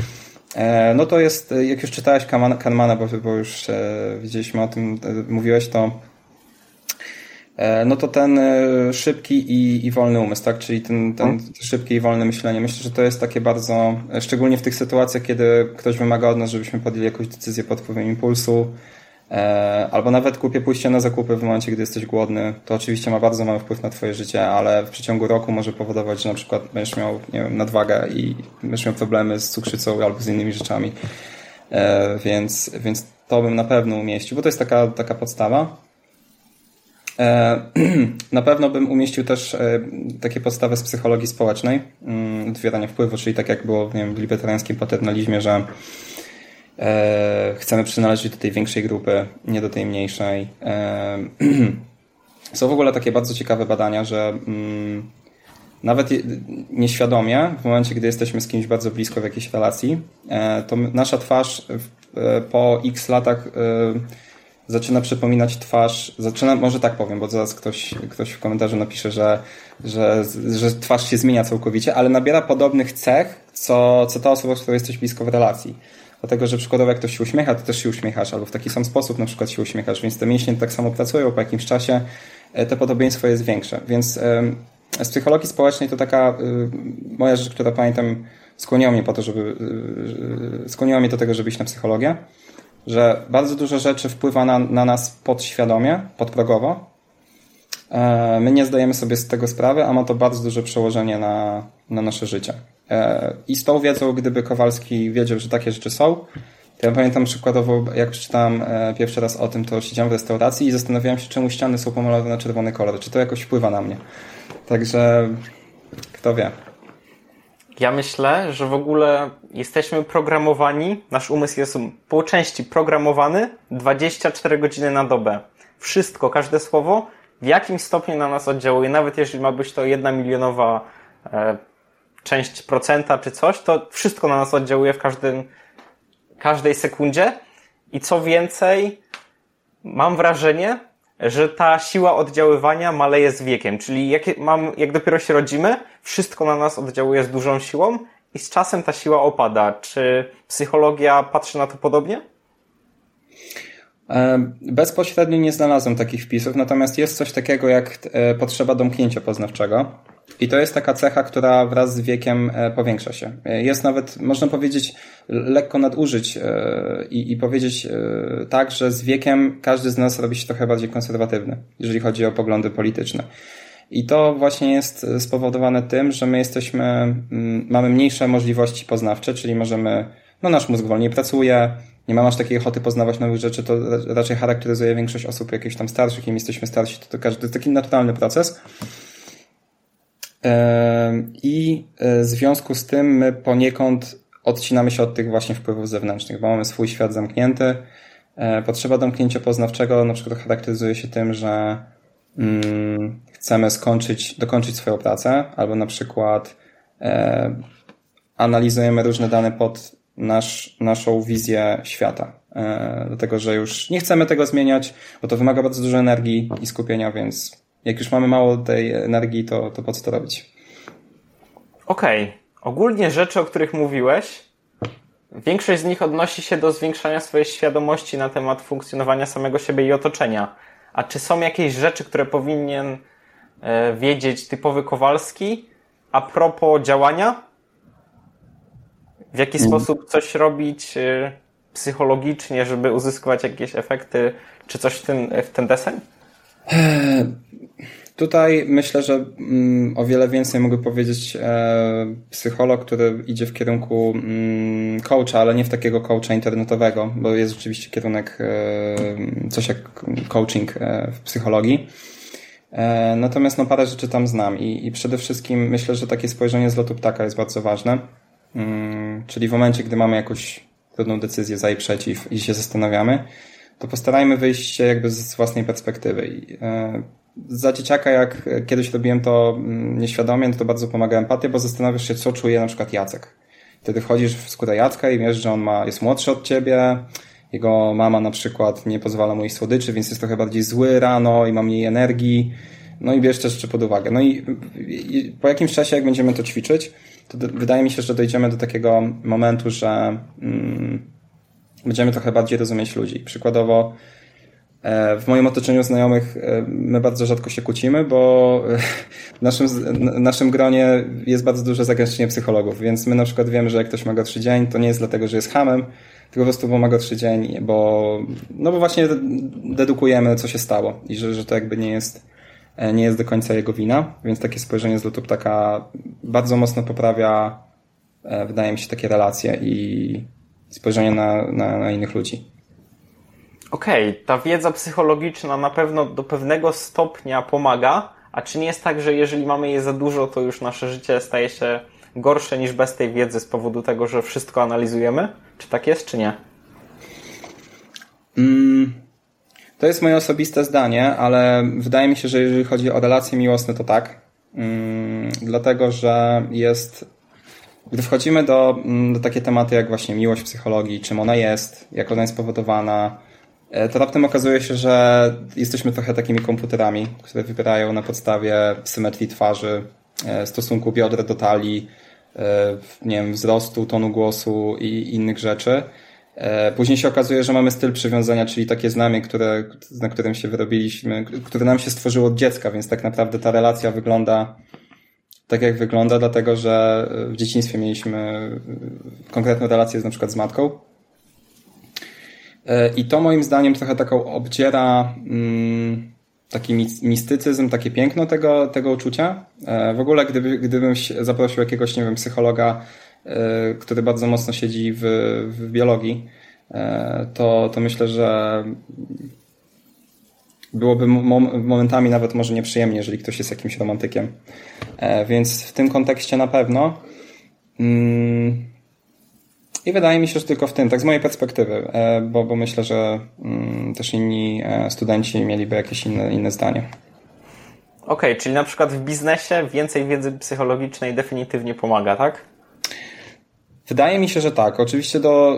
No to jest, jak już czytałeś Kahnemana, bo, bo już widzieliśmy o tym, mówiłeś, to no to ten szybki i, i wolny umysł, tak? Czyli ten, ten szybkie i wolne myślenie. Myślę, że to jest takie bardzo, szczególnie w tych sytuacjach, kiedy ktoś wymaga od nas, żebyśmy podjęli jakąś decyzję pod wpływem impulsu, albo nawet głupie pójście na zakupy w momencie, gdy jesteś głodny, to oczywiście ma bardzo mały wpływ na twoje życie, ale w przeciągu roku może powodować, że na przykład będziesz miał, nie wiem, nadwagę i będziesz miał problemy z cukrzycą albo z innymi rzeczami. Więc, więc to bym na pewno umieścił, bo to jest taka, taka podstawa. Na pewno bym umieścił też takie podstawy z psychologii społecznej, odwierania wpływu, czyli tak jak było, nie wiem, w libertariańskim paternalizmie, że chcemy przynależeć do tej większej grupy, nie do tej mniejszej. Są w ogóle takie bardzo ciekawe badania, że nawet nieświadomie, w momencie, gdy jesteśmy z kimś bardzo blisko w jakiejś relacji, to nasza twarz po x latach zaczyna przypominać twarz, zaczyna, może tak powiem, bo zaraz ktoś, ktoś w komentarzu napisze, że, że, że twarz się zmienia całkowicie, ale nabiera podobnych cech, co, co ta osoba, z którą jesteś blisko w relacji. Dlatego, że przykładowo jak ktoś się uśmiecha, to też się uśmiechasz, albo w taki sam sposób na przykład się uśmiechasz, więc te mięśnie tak samo pracują, po jakimś czasie to podobieństwo jest większe. Więc z psychologii społecznej to taka moja rzecz, która pamiętam skłoniła mnie po to, żeby skłoniła mnie do tego, żeby iść na psychologię, że bardzo dużo rzeczy wpływa na, na nas podświadomie, podprogowo. My nie zdajemy sobie z tego sprawy, a ma to bardzo duże przełożenie na, na nasze życie. I z tą wiedzą, gdyby Kowalski wiedział, że takie rzeczy są, to ja pamiętam przykładowo, jak przeczytałem pierwszy raz o tym, to siedziałem w restauracji i zastanawiałem się, czemu ściany są pomalowane na czerwony kolor. Czy to jakoś wpływa na mnie? Także kto wie. Ja myślę, że w ogóle jesteśmy programowani, nasz umysł jest po części programowany dwadzieścia cztery godziny na dobę. Wszystko, każde słowo w jakim stopniu na nas oddziałuje, nawet jeżeli ma być to jedna milionowa e, część procenta czy coś, to wszystko na nas oddziałuje w każdym, każdej sekundzie i co więcej, mam wrażenie, że ta siła oddziaływania maleje z wiekiem, czyli jak, mam, jak dopiero się rodzimy, wszystko na nas oddziałuje z dużą siłą i z czasem ta siła opada. Czy psychologia patrzy na to podobnie? Bezpośrednio nie znalazłem takich wpisów, natomiast jest coś takiego jak potrzeba domknięcia poznawczego i to jest taka cecha, która wraz z wiekiem powiększa się. Jest nawet, można powiedzieć, lekko nadużyć i, i powiedzieć tak, że z wiekiem każdy z nas robi się trochę bardziej konserwatywny, jeżeli chodzi o poglądy polityczne. I to właśnie jest spowodowane tym, że my jesteśmy, mamy mniejsze możliwości poznawcze, czyli możemy, no nasz mózg wolniej pracuje, nie mam aż takiej ochoty poznawać nowych rzeczy, to raczej charakteryzuje większość osób jakichś tam starszych, im jesteśmy starsi, to, to każdy, to jest taki naturalny proces. I w związku z tym my poniekąd odcinamy się od tych właśnie wpływów zewnętrznych, bo mamy swój świat zamknięty. Potrzeba domknięcia poznawczego na przykład charakteryzuje się tym, że mm, chcemy skończyć, dokończyć swoją pracę, albo na przykład e, analizujemy różne dane pod nasz, naszą wizję świata. E, dlatego, że już nie chcemy tego zmieniać, bo to wymaga bardzo dużo energii i skupienia, więc jak już mamy mało tej energii, to, to po co to robić? Okej. Okay. Ogólnie rzeczy, o których mówiłeś, większość z nich odnosi się do zwiększania swojej świadomości na temat funkcjonowania samego siebie i otoczenia. A czy są jakieś rzeczy, które powinien e, wiedzieć typowy Kowalski a propos działania? W jaki mm. sposób coś robić e, psychologicznie, żeby uzyskiwać jakieś efekty, czy coś w ten, w ten deseń? Tutaj myślę, że mm, o wiele więcej mógłby powiedzieć e, psycholog, który idzie w kierunku mm, coacha, ale nie w takiego coacha internetowego, bo jest rzeczywiście kierunek e, coś jak coaching e, w psychologii. E, natomiast no parę rzeczy tam znam i, i przede wszystkim myślę, że takie spojrzenie z lotu ptaka jest bardzo ważne. Mm, czyli w momencie, gdy mamy jakąś trudną decyzję za i przeciw i się zastanawiamy, to postarajmy wyjść jakby z własnej perspektywy. I, e, Za dzieciaka, jak kiedyś robiłem to nieświadomie, to bardzo pomaga empatia, bo zastanawiasz się, co czuje na przykład Jacek. Wtedy wchodzisz w skórę Jacka i wiesz, że on ma, jest młodszy od ciebie, jego mama na przykład nie pozwala mu iść słodyczy, więc jest trochę bardziej zły rano i ma mniej energii. No i bierz też jeszcze pod uwagę. No i, i po jakimś czasie, jak będziemy to ćwiczyć, to do, wydaje mi się, że dojdziemy do takiego momentu, że mm, będziemy trochę bardziej rozumieć ludzi. Przykładowo w moim otoczeniu znajomych my bardzo rzadko się kłócimy, bo w naszym, w naszym gronie jest bardzo duże zagęszczenie psychologów, więc my na przykład wiemy, że jak ktoś ma gorszy dzień, to nie jest dlatego, że jest chamem, tylko po prostu bo ma gorszy dzień, bo, no bo właśnie dedukujemy, co się stało i że, że to jakby nie jest, nie jest do końca jego wina, więc takie spojrzenie z lotu ptaka bardzo mocno poprawia, wydaje mi się, takie relacje i spojrzenie na, na, na innych ludzi. Okej, okay, ta wiedza psychologiczna na pewno do pewnego stopnia pomaga, a czy nie jest tak, że jeżeli mamy jej za dużo, to już nasze życie staje się gorsze niż bez tej wiedzy z powodu tego, że wszystko analizujemy? Czy tak jest, czy nie? Mm, to jest moje osobiste zdanie, ale wydaje mi się, że jeżeli chodzi o relacje miłosne, to tak. Mm, dlatego, że jest... Gdy wchodzimy do, do takie tematy jak właśnie miłość w psychologii, czym ona jest, jak ona jest spowodowana, to raptem okazuje się, że jesteśmy trochę takimi komputerami, które wybierają na podstawie symetrii twarzy, stosunku biodra do talii, nie wiem, wzrostu, tonu głosu i innych rzeczy. Później się okazuje, że mamy styl przywiązania, czyli takie znamie, które, na którym się wyrobiliśmy, które nam się stworzyło od dziecka, więc tak naprawdę ta relacja wygląda tak, jak wygląda, dlatego że w dzieciństwie mieliśmy konkretną relację na przykład z matką. I to moim zdaniem trochę taką obdziera mm, taki mistycyzm, takie piękno tego, tego uczucia. W ogóle gdyby, gdybym zaprosił jakiegoś, nie wiem, psychologa, który bardzo mocno siedzi w, w biologii, to, to myślę, że byłoby momentami nawet może nieprzyjemnie, jeżeli ktoś jest jakimś romantykiem. Więc w tym kontekście na pewno. Mm, I wydaje mi się, że tylko w tym, tak z mojej perspektywy, bo, bo myślę, że też inni studenci mieliby jakieś inne, inne zdanie. Okej, okay, czyli na przykład w biznesie więcej wiedzy psychologicznej definitywnie pomaga, tak? Wydaje mi się, że tak. Oczywiście do,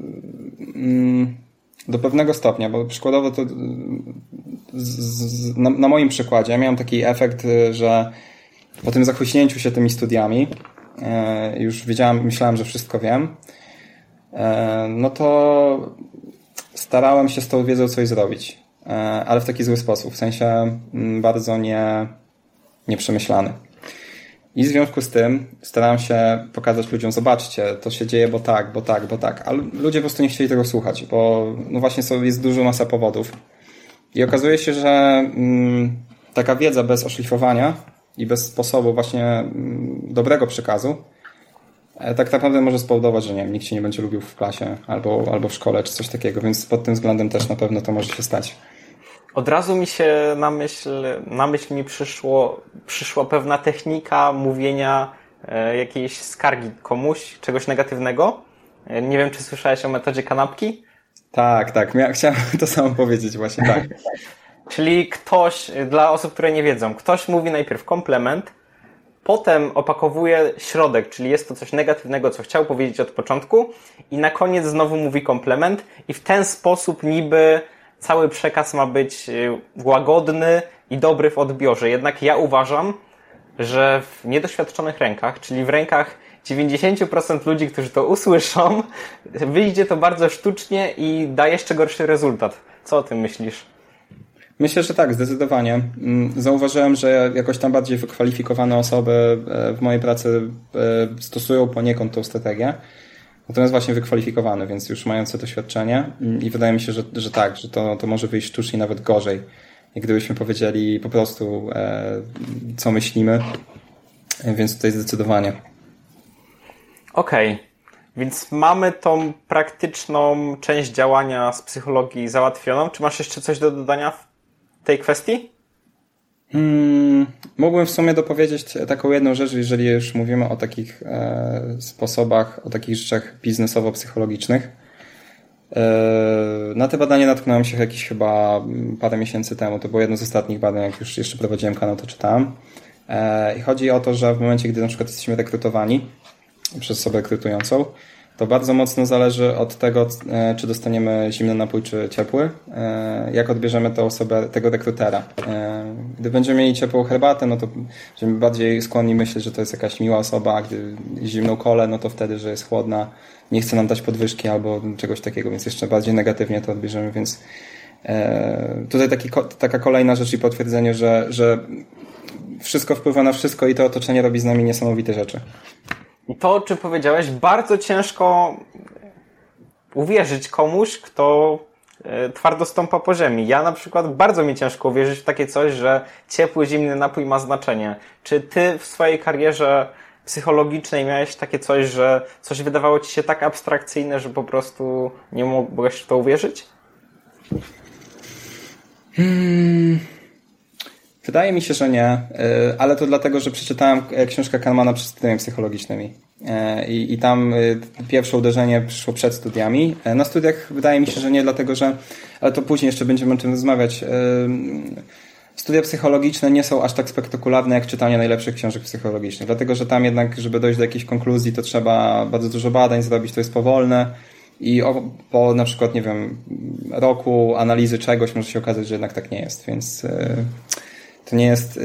do pewnego stopnia, bo przykładowo to z, z, na, na moim przykładzie ja miałem taki efekt, że po tym zachłyśnięciu się tymi studiami już wiedziałem, myślałem, że wszystko wiem, no to starałem się z tą wiedzą coś zrobić, ale w taki zły sposób, w sensie bardzo nie, nieprzemyślany. I w związku z tym starałem się pokazać ludziom, zobaczcie, to się dzieje, bo tak, bo tak, bo tak, ale ludzie po prostu nie chcieli tego słuchać, bo no właśnie jest duża masa powodów. I okazuje się, że mm, taka wiedza bez oszlifowania i bez sposobu właśnie mm, dobrego przekazu tak naprawdę może spowodować, że nie wiem, nikt cię nie będzie lubił w klasie albo, albo w szkole, czy coś takiego, więc pod tym względem też na pewno to może się stać. Od razu mi się na myśl, na myśl mi przyszło, przyszła pewna technika mówienia e, jakiejś skargi komuś, czegoś negatywnego. E, nie wiem, czy słyszałeś o metodzie kanapki? Tak, tak. Mia- chciałem to samo powiedzieć właśnie, tak. Czyli ktoś, dla osób, które nie wiedzą, ktoś mówi najpierw komplement, potem opakowuje środek, czyli jest to coś negatywnego, co chciał powiedzieć od początku i na koniec znowu mówi komplement i w ten sposób niby cały przekaz ma być łagodny i dobry w odbiorze. Jednak ja uważam, że w niedoświadczonych rękach, czyli w rękach dziewięćdziesiąt procent ludzi, którzy to usłyszą, wyjdzie to bardzo sztucznie i da jeszcze gorszy rezultat. Co o tym myślisz? Myślę, że tak, zdecydowanie. Zauważyłem, że jakoś tam bardziej wykwalifikowane osoby w mojej pracy stosują poniekąd tą strategię. Natomiast właśnie wykwalifikowane, więc już mające doświadczenie i wydaje mi się, że, że tak, że to, to może wyjść sztucznie nawet gorzej. Jak gdybyśmy powiedzieli po prostu, co myślimy, więc tutaj zdecydowanie. Okej, okay. Więc mamy tą praktyczną część działania z psychologii załatwioną. Czy masz jeszcze coś do dodania w tej kwestii? Hmm, mógłbym w sumie dopowiedzieć taką jedną rzecz, jeżeli już mówimy o takich e, sposobach, o takich rzeczach biznesowo-psychologicznych. E, na te badanie natknąłem się jakieś chyba parę miesięcy temu. To było jedno z ostatnich badań, jak już jeszcze prowadziłem kanał, to czytałem. E, I chodzi o to, że w momencie, gdy na przykład jesteśmy rekrutowani przez osobę rekrutującą, to bardzo mocno zależy od tego, czy dostaniemy zimny napój, czy ciepły, jak odbierzemy tę osobę, tego rekrutera. Gdy będziemy mieli ciepłą herbatę, no to będziemy bardziej skłonni myśleć, że to jest jakaś miła osoba, a gdy zimną kolę, no to wtedy, że jest chłodna, nie chce nam dać podwyżki albo czegoś takiego, więc jeszcze bardziej negatywnie to odbierzemy, więc tutaj taki, taka kolejna rzecz i potwierdzenie, że, że wszystko wpływa na wszystko i to otoczenie robi z nami niesamowite rzeczy. I to, o czym powiedziałeś, bardzo ciężko uwierzyć komuś, kto twardo stąpa po ziemi. Ja na przykład bardzo mi ciężko uwierzyć w takie coś, że ciepły, zimny napój ma znaczenie. Czy ty w swojej karierze psychologicznej miałeś takie coś, że coś wydawało ci się tak abstrakcyjne, że po prostu nie mogłeś w to uwierzyć? Hmm... Wydaje mi się, że nie, ale to dlatego, że przeczytałem książkę Kahnemana przed studiami psychologicznymi i, i tam pierwsze uderzenie przyszło przed studiami. Na studiach wydaje mi się, że nie, dlatego że, ale to później jeszcze będziemy o tym rozmawiać, studia psychologiczne nie są aż tak spektakularne jak czytanie najlepszych książek psychologicznych, dlatego że tam jednak, żeby dojść do jakiejś konkluzji, to trzeba bardzo dużo badań zrobić, to jest powolne. I po na przykład, nie wiem, roku analizy czegoś może się okazać, że jednak tak nie jest, więc to nie jest,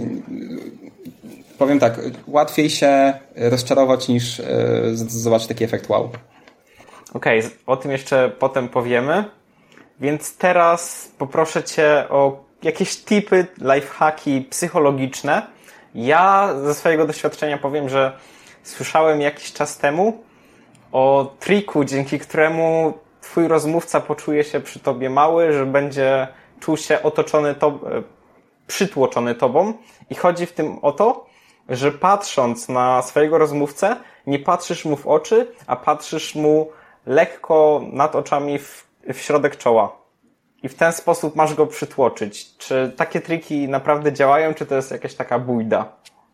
powiem tak, łatwiej się rozczarować niż zobaczyć taki efekt wow. Okej, okay, o tym jeszcze potem powiemy, więc teraz poproszę cię o jakieś tipy, lifehacki psychologiczne. Ja ze swojego doświadczenia powiem, że słyszałem jakiś czas temu o triku, dzięki któremu twój rozmówca poczuje się przy tobie mały, że będzie czuł się otoczony to, przytłoczony tobą i chodzi w tym o to, że patrząc na swojego rozmówcę, nie patrzysz mu w oczy, a patrzysz mu lekko nad oczami w, w środek czoła. I w ten sposób masz go przytłoczyć. Czy takie triki naprawdę działają, czy to jest jakaś taka bujda?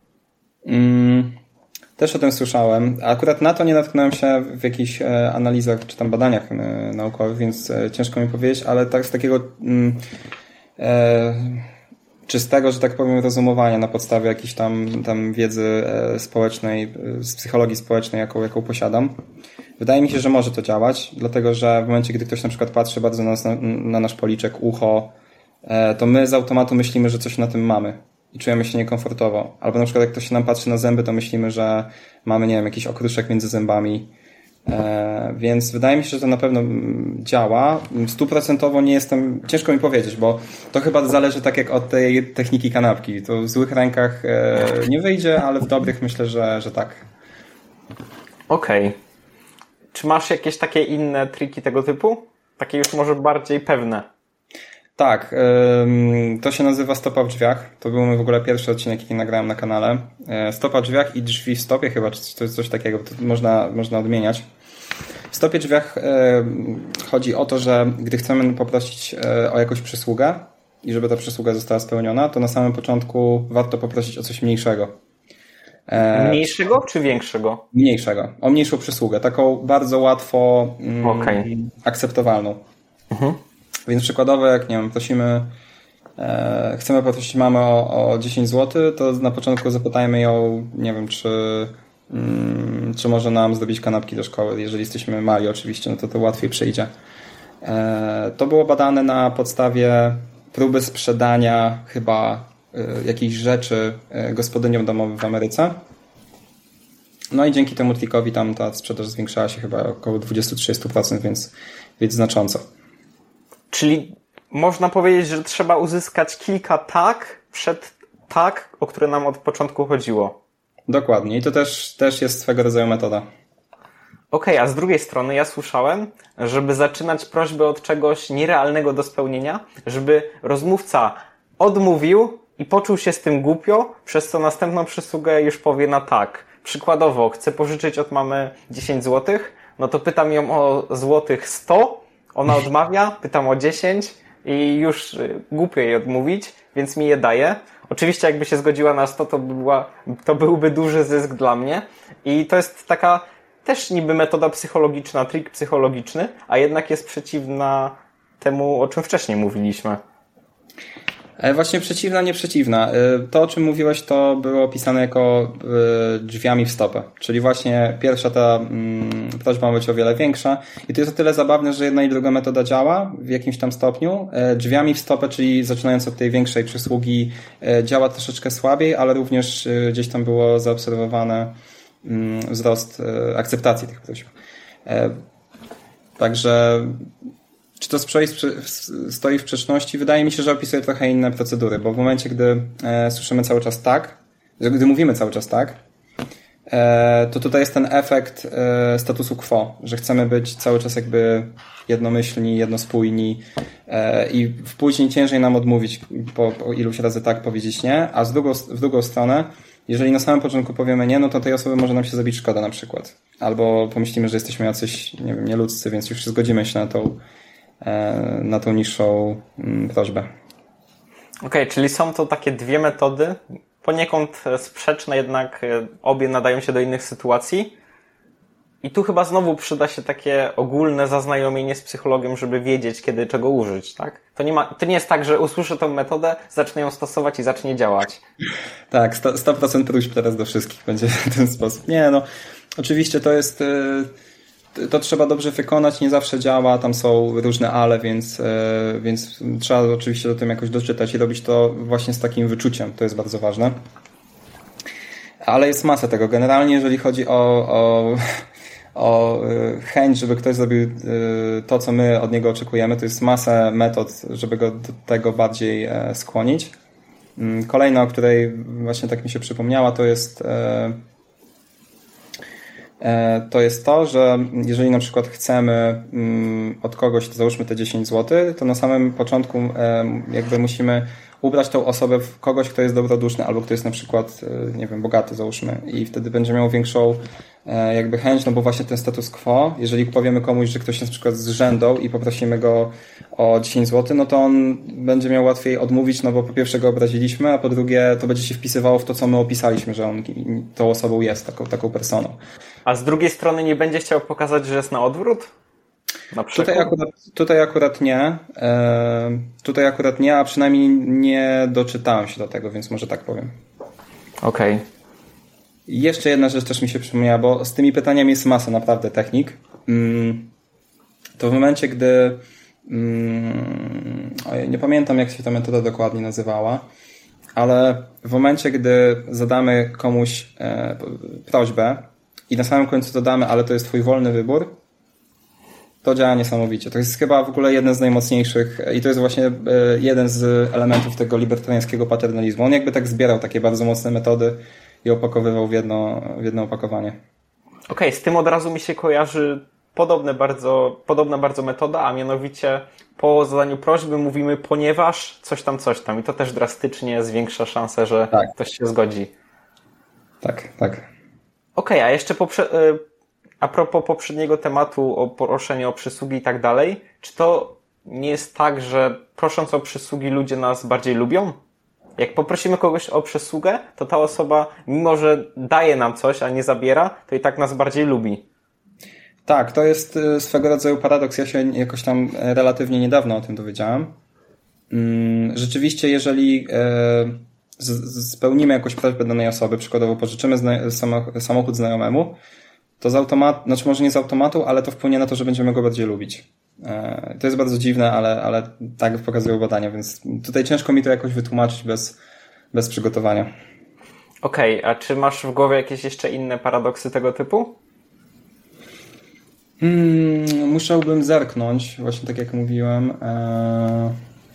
Mm, też o tym słyszałem. Akurat na to nie natknąłem się w jakichś e, analizach czy tam badaniach e, naukowych, więc e, ciężko mi powiedzieć, ale tak z takiego mm, e, czystego, że tak powiem, rozumowania na podstawie jakiejś tam, tam wiedzy e, społecznej, e, z psychologii społecznej, jaką, jaką posiadam. Wydaje mi się, że może to działać, dlatego że w momencie, gdy ktoś na przykład patrzy bardzo na, nas, na, na nasz policzek, ucho, e, to my z automatu myślimy, że coś na tym mamy i czujemy się niekomfortowo. Albo na przykład jak ktoś się nam patrzy na zęby, to myślimy, że mamy, nie wiem, jakiś okruszek między zębami. E, więc wydaje mi się, że to na pewno działa. Stuprocentowo nie jestem, ciężko mi powiedzieć, bo to chyba zależy tak jak od tej techniki kanapki. To w złych rękach e, nie wyjdzie, ale w dobrych myślę, że, że tak. Okej. Okay. Czy masz jakieś takie inne triki tego typu? Takie już może bardziej pewne? Tak, to się nazywa Stopa w drzwiach. To był w ogóle pierwszy odcinek, jaki nagrałem na kanale. Stopa w drzwiach i drzwi w stopie chyba, czy to jest coś takiego, to można, można odmieniać. W stopie w drzwiach chodzi o to, że gdy chcemy poprosić o jakąś przysługę i żeby ta przysługa została spełniona, to na samym początku warto poprosić o coś mniejszego. Mniejszego czy większego? Mniejszego. O mniejszą przysługę. Taką bardzo łatwo mm, okay. akceptowalną. Mhm. Więc przykładowo, jak nie wiem, prosimy, e, chcemy poprosić mamę o, o dziesięć złotych, to na początku zapytajmy ją, nie wiem, czy, mm, czy może nam zrobić kanapki do szkoły. Jeżeli jesteśmy mali oczywiście, no to to łatwiej przyjdzie. E, to było badane na podstawie próby sprzedania chyba e, jakichś rzeczy e, gospodyniom domowym w Ameryce. No i dzięki temu trikowi tam ta sprzedaż zwiększała się chyba około dwadzieścia do trzydziestu procent, więc, więc znacząco. Czyli można powiedzieć, że trzeba uzyskać kilka tak przed tak, o które nam od początku chodziło. Dokładnie. I to też, też jest swego rodzaju metoda. Okej, okay, a z drugiej strony ja słyszałem, żeby zaczynać prośbę od czegoś nierealnego do spełnienia, żeby rozmówca odmówił i poczuł się z tym głupio, przez co następną przysługę już powie na tak. Przykładowo, chcę pożyczyć od mamy dziesięć złotych, no to pytam ją o złotych sto, ona odmawia, pytam o dziesięć i już głupio jej odmówić, więc mi je daje. Oczywiście jakby się zgodziła na sto, to, by była, to byłby duży zysk dla mnie i to jest taka też niby metoda psychologiczna, trik psychologiczny, a jednak jest przeciwna temu, o czym wcześniej mówiliśmy. Właśnie przeciwna, nie przeciwna. To, o czym mówiłeś, to było opisane jako drzwiami w stopę. Czyli właśnie pierwsza ta prośba ma być o wiele większa. I to jest o tyle zabawne, że jedna i druga metoda działa w jakimś tam stopniu. Drzwiami w stopę, czyli zaczynając od tej większej przysługi, działa troszeczkę słabiej, ale również gdzieś tam było zaobserwowane wzrost akceptacji tych próśb. Także czy to stoi w sprzeczności? Wydaje mi się, że opisuje trochę inne procedury, bo w momencie, gdy e, słyszymy cały czas tak, gdy mówimy cały czas tak, e, to tutaj jest ten efekt e, statusu quo, że chcemy być cały czas jakby jednomyślni, jednospójni e, i później ciężej nam odmówić po, po iluś razy tak powiedzieć nie, a z drugą, w drugą stronę, jeżeli na samym początku powiemy nie, no to tej osoby może nam się zrobić szkoda na przykład. Albo pomyślimy, że jesteśmy jacyś, nie wiem, nieludzcy, więc już się zgodzimy się na tą na tą niższą prośbę. Okej, okay, czyli są to takie dwie metody, poniekąd sprzeczne, jednak obie nadają się do innych sytuacji. I tu chyba znowu przyda się takie ogólne zaznajomienie z psychologiem, żeby wiedzieć, kiedy czego użyć, tak? To nie ma, to nie jest tak, że usłyszę tą metodę, zacznę ją stosować i zacznie działać. Tak, sto procent próśb teraz do wszystkich będzie w ten sposób. Nie, no, oczywiście to jest... To trzeba dobrze wykonać, nie zawsze działa, tam są różne ale, więc, więc trzeba oczywiście do tym jakoś doczytać i robić to właśnie z takim wyczuciem, to jest bardzo ważne. Ale jest masa tego. Generalnie jeżeli chodzi o, o, o chęć, żeby ktoś zrobił to, co my od niego oczekujemy, to jest masa metod, żeby go do tego bardziej skłonić. Kolejna, o której właśnie tak mi się przypomniała, to jest to jest to, że jeżeli na przykład chcemy od kogoś, to załóżmy te dziesięć złotych, to na samym początku jakby musimy ubrać tą osobę w kogoś, kto jest dobroduszny albo kto jest na przykład, nie wiem, bogaty załóżmy i wtedy będzie miał większą jakby chęć, no bo właśnie ten status quo, jeżeli powiemy komuś, że ktoś jest na przykład z rzędą i poprosimy go o dziesięć złotych, no to on będzie miał łatwiej odmówić, no bo po pierwsze go obraziliśmy, a po drugie to będzie się wpisywało w to, co my opisaliśmy, że on tą osobą jest, taką, taką personą. A z drugiej strony nie będzie chciał pokazać, że jest na odwrót? Na tutaj, akurat, tutaj akurat nie. E, tutaj akurat nie, a przynajmniej nie doczytałem się do tego, więc może tak powiem. Okej. Okay. Jeszcze jedna rzecz też mi się przypomniała, bo z tymi pytaniami jest masa naprawdę technik. To w momencie, gdy ojej, nie pamiętam, jak się ta metoda dokładnie nazywała, ale w momencie, gdy zadamy komuś e, prośbę i na samym końcu dodamy, ale to jest twój wolny wybór, to działa niesamowicie. To jest chyba w ogóle jeden z najmocniejszych i to jest właśnie jeden z elementów tego libertariańskiego paternalizmu. On jakby tak zbierał takie bardzo mocne metody i opakowywał w jedno, w jedno opakowanie. Okej, okay, z tym od razu mi się kojarzy podobne bardzo, podobna bardzo metoda, a mianowicie po zadaniu prośby mówimy ponieważ coś tam, coś tam i to też drastycznie zwiększa szansę, że tak. ktoś się zgodzi. Tak, tak. Okej, okay, a jeszcze poprze- a propos poprzedniego tematu o proszeniu o przysługi i tak dalej, czy to nie jest tak, że prosząc o przysługi ludzie nas bardziej lubią? Jak poprosimy kogoś o przysługę, to ta osoba, mimo że daje nam coś, a nie zabiera, to i tak nas bardziej lubi. Tak, to jest swego rodzaju paradoks. Ja się jakoś tam relatywnie niedawno o tym dowiedziałem. Rzeczywiście, jeżeli spełnimy jakąś prośbę danej osoby, przykładowo pożyczymy samochód znajomemu, to z automatu, znaczy może nie z automatu, ale to wpłynie na to, że będziemy go bardziej lubić. To jest bardzo dziwne, ale, ale tak pokazują badania, więc tutaj ciężko mi to jakoś wytłumaczyć bez, bez przygotowania. Okej, okay, a czy masz w głowie jakieś jeszcze inne paradoksy tego typu? Hmm, musiałbym zerknąć, właśnie tak jak mówiłem. Eee...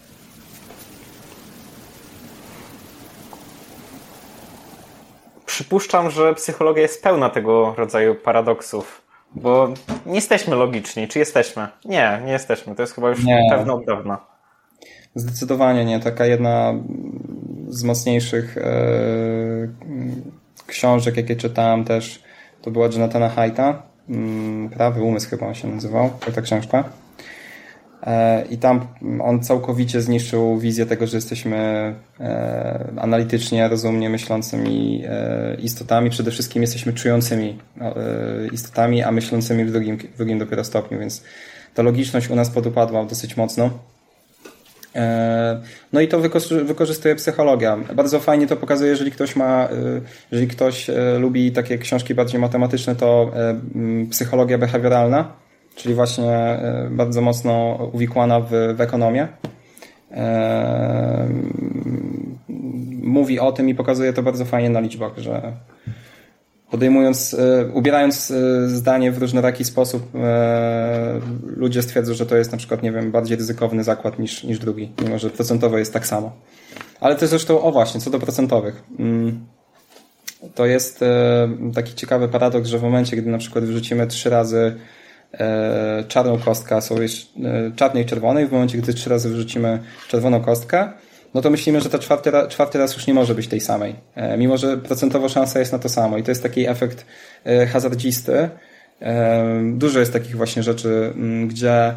Przypuszczam, że psychologia jest pełna tego rodzaju paradoksów, bo nie jesteśmy logiczni. Czy jesteśmy? Nie, nie jesteśmy. To jest chyba już nie. pewne od dawna. Zdecydowanie nie. Taka jedna z mocniejszych e, książek, jakie czytałem też, to była Jonathana Haidta. Prawy umysł chyba on się nazywał, ta książka. I tam on całkowicie zniszczył wizję tego, że jesteśmy analitycznie, rozumnie myślącymi istotami. Przede wszystkim jesteśmy czującymi istotami, a myślącymi w drugim, w drugim dopiero stopniu, więc ta logiczność u nas podupadła dosyć mocno. No i to wykorzystuje psychologia. Bardzo fajnie to pokazuje, jeżeli ktoś ma, jeżeli ktoś lubi takie książki bardziej matematyczne, to psychologia behawioralna, czyli właśnie bardzo mocno uwikłana w, w ekonomię. Mówi o tym i pokazuje to bardzo fajnie na liczbach, że podejmując, ubierając zdanie w różnoraki sposób, ludzie stwierdzą, że to jest na przykład, nie wiem, bardziej ryzykowny zakład niż, niż drugi, mimo że procentowo jest tak samo. Ale to zresztą, o właśnie, co do procentowych. To jest taki ciekawy paradoks, że w momencie, gdy na przykład wyrzucimy trzy razy czarną kostkę, są jeszcze czarnej i czerwonej, w momencie, gdy trzy razy wyrzucimy czerwoną kostkę, no to myślimy, że ta czwarty, czwarty raz już nie może być tej samej. Mimo że procentowo szansa jest na to samo. I to jest taki efekt hazardzisty. Dużo jest takich właśnie rzeczy, gdzie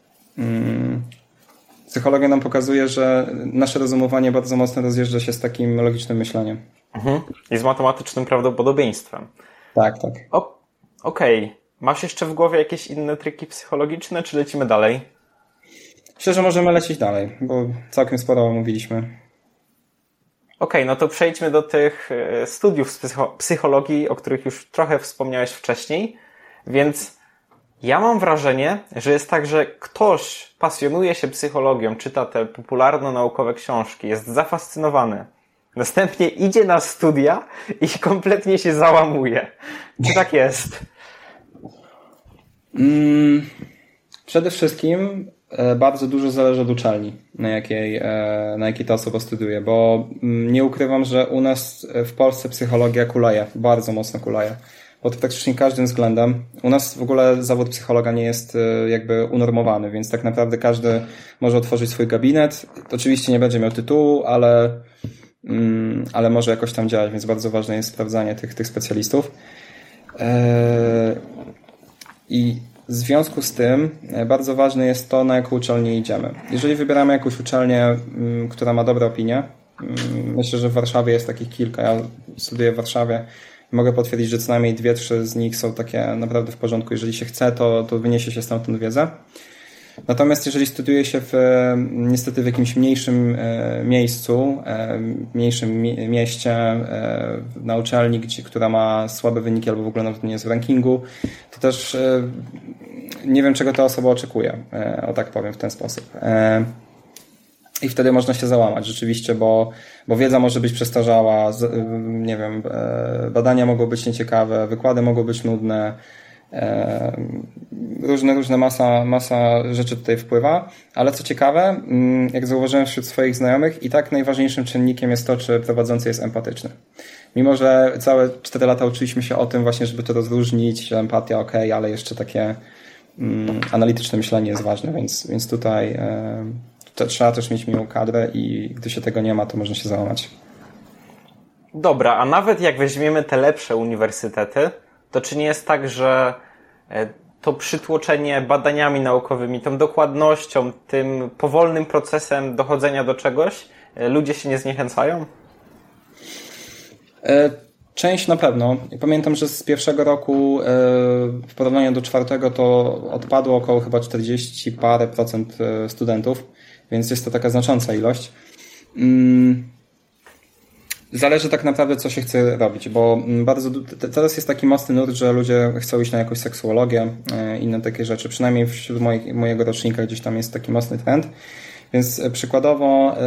psychologia nam pokazuje, że nasze rozumowanie bardzo mocno rozjeżdża się z takim logicznym myśleniem. Mhm. I z matematycznym prawdopodobieństwem. Tak, tak. Okej. Okay. Masz jeszcze w głowie jakieś inne triki psychologiczne, czy lecimy dalej? Myślę, że możemy lecieć dalej, bo całkiem sporo omówiliśmy. Okej, okay, no to przejdźmy do tych studiów z psychologii, o których już trochę wspomniałeś wcześniej. Więc ja mam wrażenie, że jest tak, że ktoś pasjonuje się psychologią, czyta te popularno-naukowe książki, jest zafascynowany. Następnie idzie na studia i kompletnie się załamuje. Czy tak jest? Mm, przede wszystkim bardzo dużo zależy od uczelni, na jakiej, na jakiej ta osoba studiuje, bo nie ukrywam, że u nas w Polsce psychologia kuleje, bardzo mocno kuleje, pod praktycznie każdym względem. U nas w ogóle zawód psychologa nie jest jakby unormowany, więc tak naprawdę każdy może otworzyć swój gabinet. Oczywiście nie będzie miał tytułu, ale, ale może jakoś tam działać, więc bardzo ważne jest sprawdzanie tych, tych specjalistów. I w związku z tym bardzo ważne jest to, na jaką uczelnię idziemy. Jeżeli wybieramy jakąś uczelnię, która ma dobre opinie, myślę, że w Warszawie jest takich kilka, ja studiuję w Warszawie i mogę potwierdzić, że co najmniej dwie, trzy z nich są takie naprawdę w porządku. Jeżeli się chce, to, to wyniesie się stamtąd wiedzę. Natomiast jeżeli studiuje się w, niestety w jakimś mniejszym miejscu, mniejszym mieście, na uczelni, gdzie, która ma słabe wyniki albo w ogóle nawet nie jest w rankingu, to też nie wiem, czego ta osoba oczekuje, o tak powiem w ten sposób. I wtedy można się załamać rzeczywiście, bo, bo wiedza może być przestarzała, nie wiem, badania mogą być nieciekawe, wykłady mogą być nudne, różne, różne masa, masa rzeczy tutaj wpływa, ale co ciekawe, jak zauważyłem wśród swoich znajomych, i tak najważniejszym czynnikiem jest to, czy prowadzący jest empatyczny. Mimo że całe cztery lata uczyliśmy się o tym właśnie, żeby to rozróżnić, że empatia okej, okay, ale jeszcze takie mm, analityczne myślenie jest ważne, więc, więc tutaj e, to trzeba też mieć miłą kadrę i gdy się tego nie ma, to można się załamać. Dobra, a nawet jak weźmiemy te lepsze uniwersytety, to czy nie jest tak, że to przytłoczenie badaniami naukowymi, tą dokładnością, tym powolnym procesem dochodzenia do czegoś, ludzie się nie zniechęcają? Część na pewno. Pamiętam, że z pierwszego roku w porównaniu do czwartego to odpadło około chyba czterdzieści parę procent studentów, więc jest to taka znacząca ilość. Zależy tak naprawdę, co się chce robić, bo bardzo teraz jest taki mocny nurt, że ludzie chcą iść na jakąś seksuologię, inne takie rzeczy. Przynajmniej wśród moich, mojego rocznika gdzieś tam jest taki mocny trend. Więc przykładowo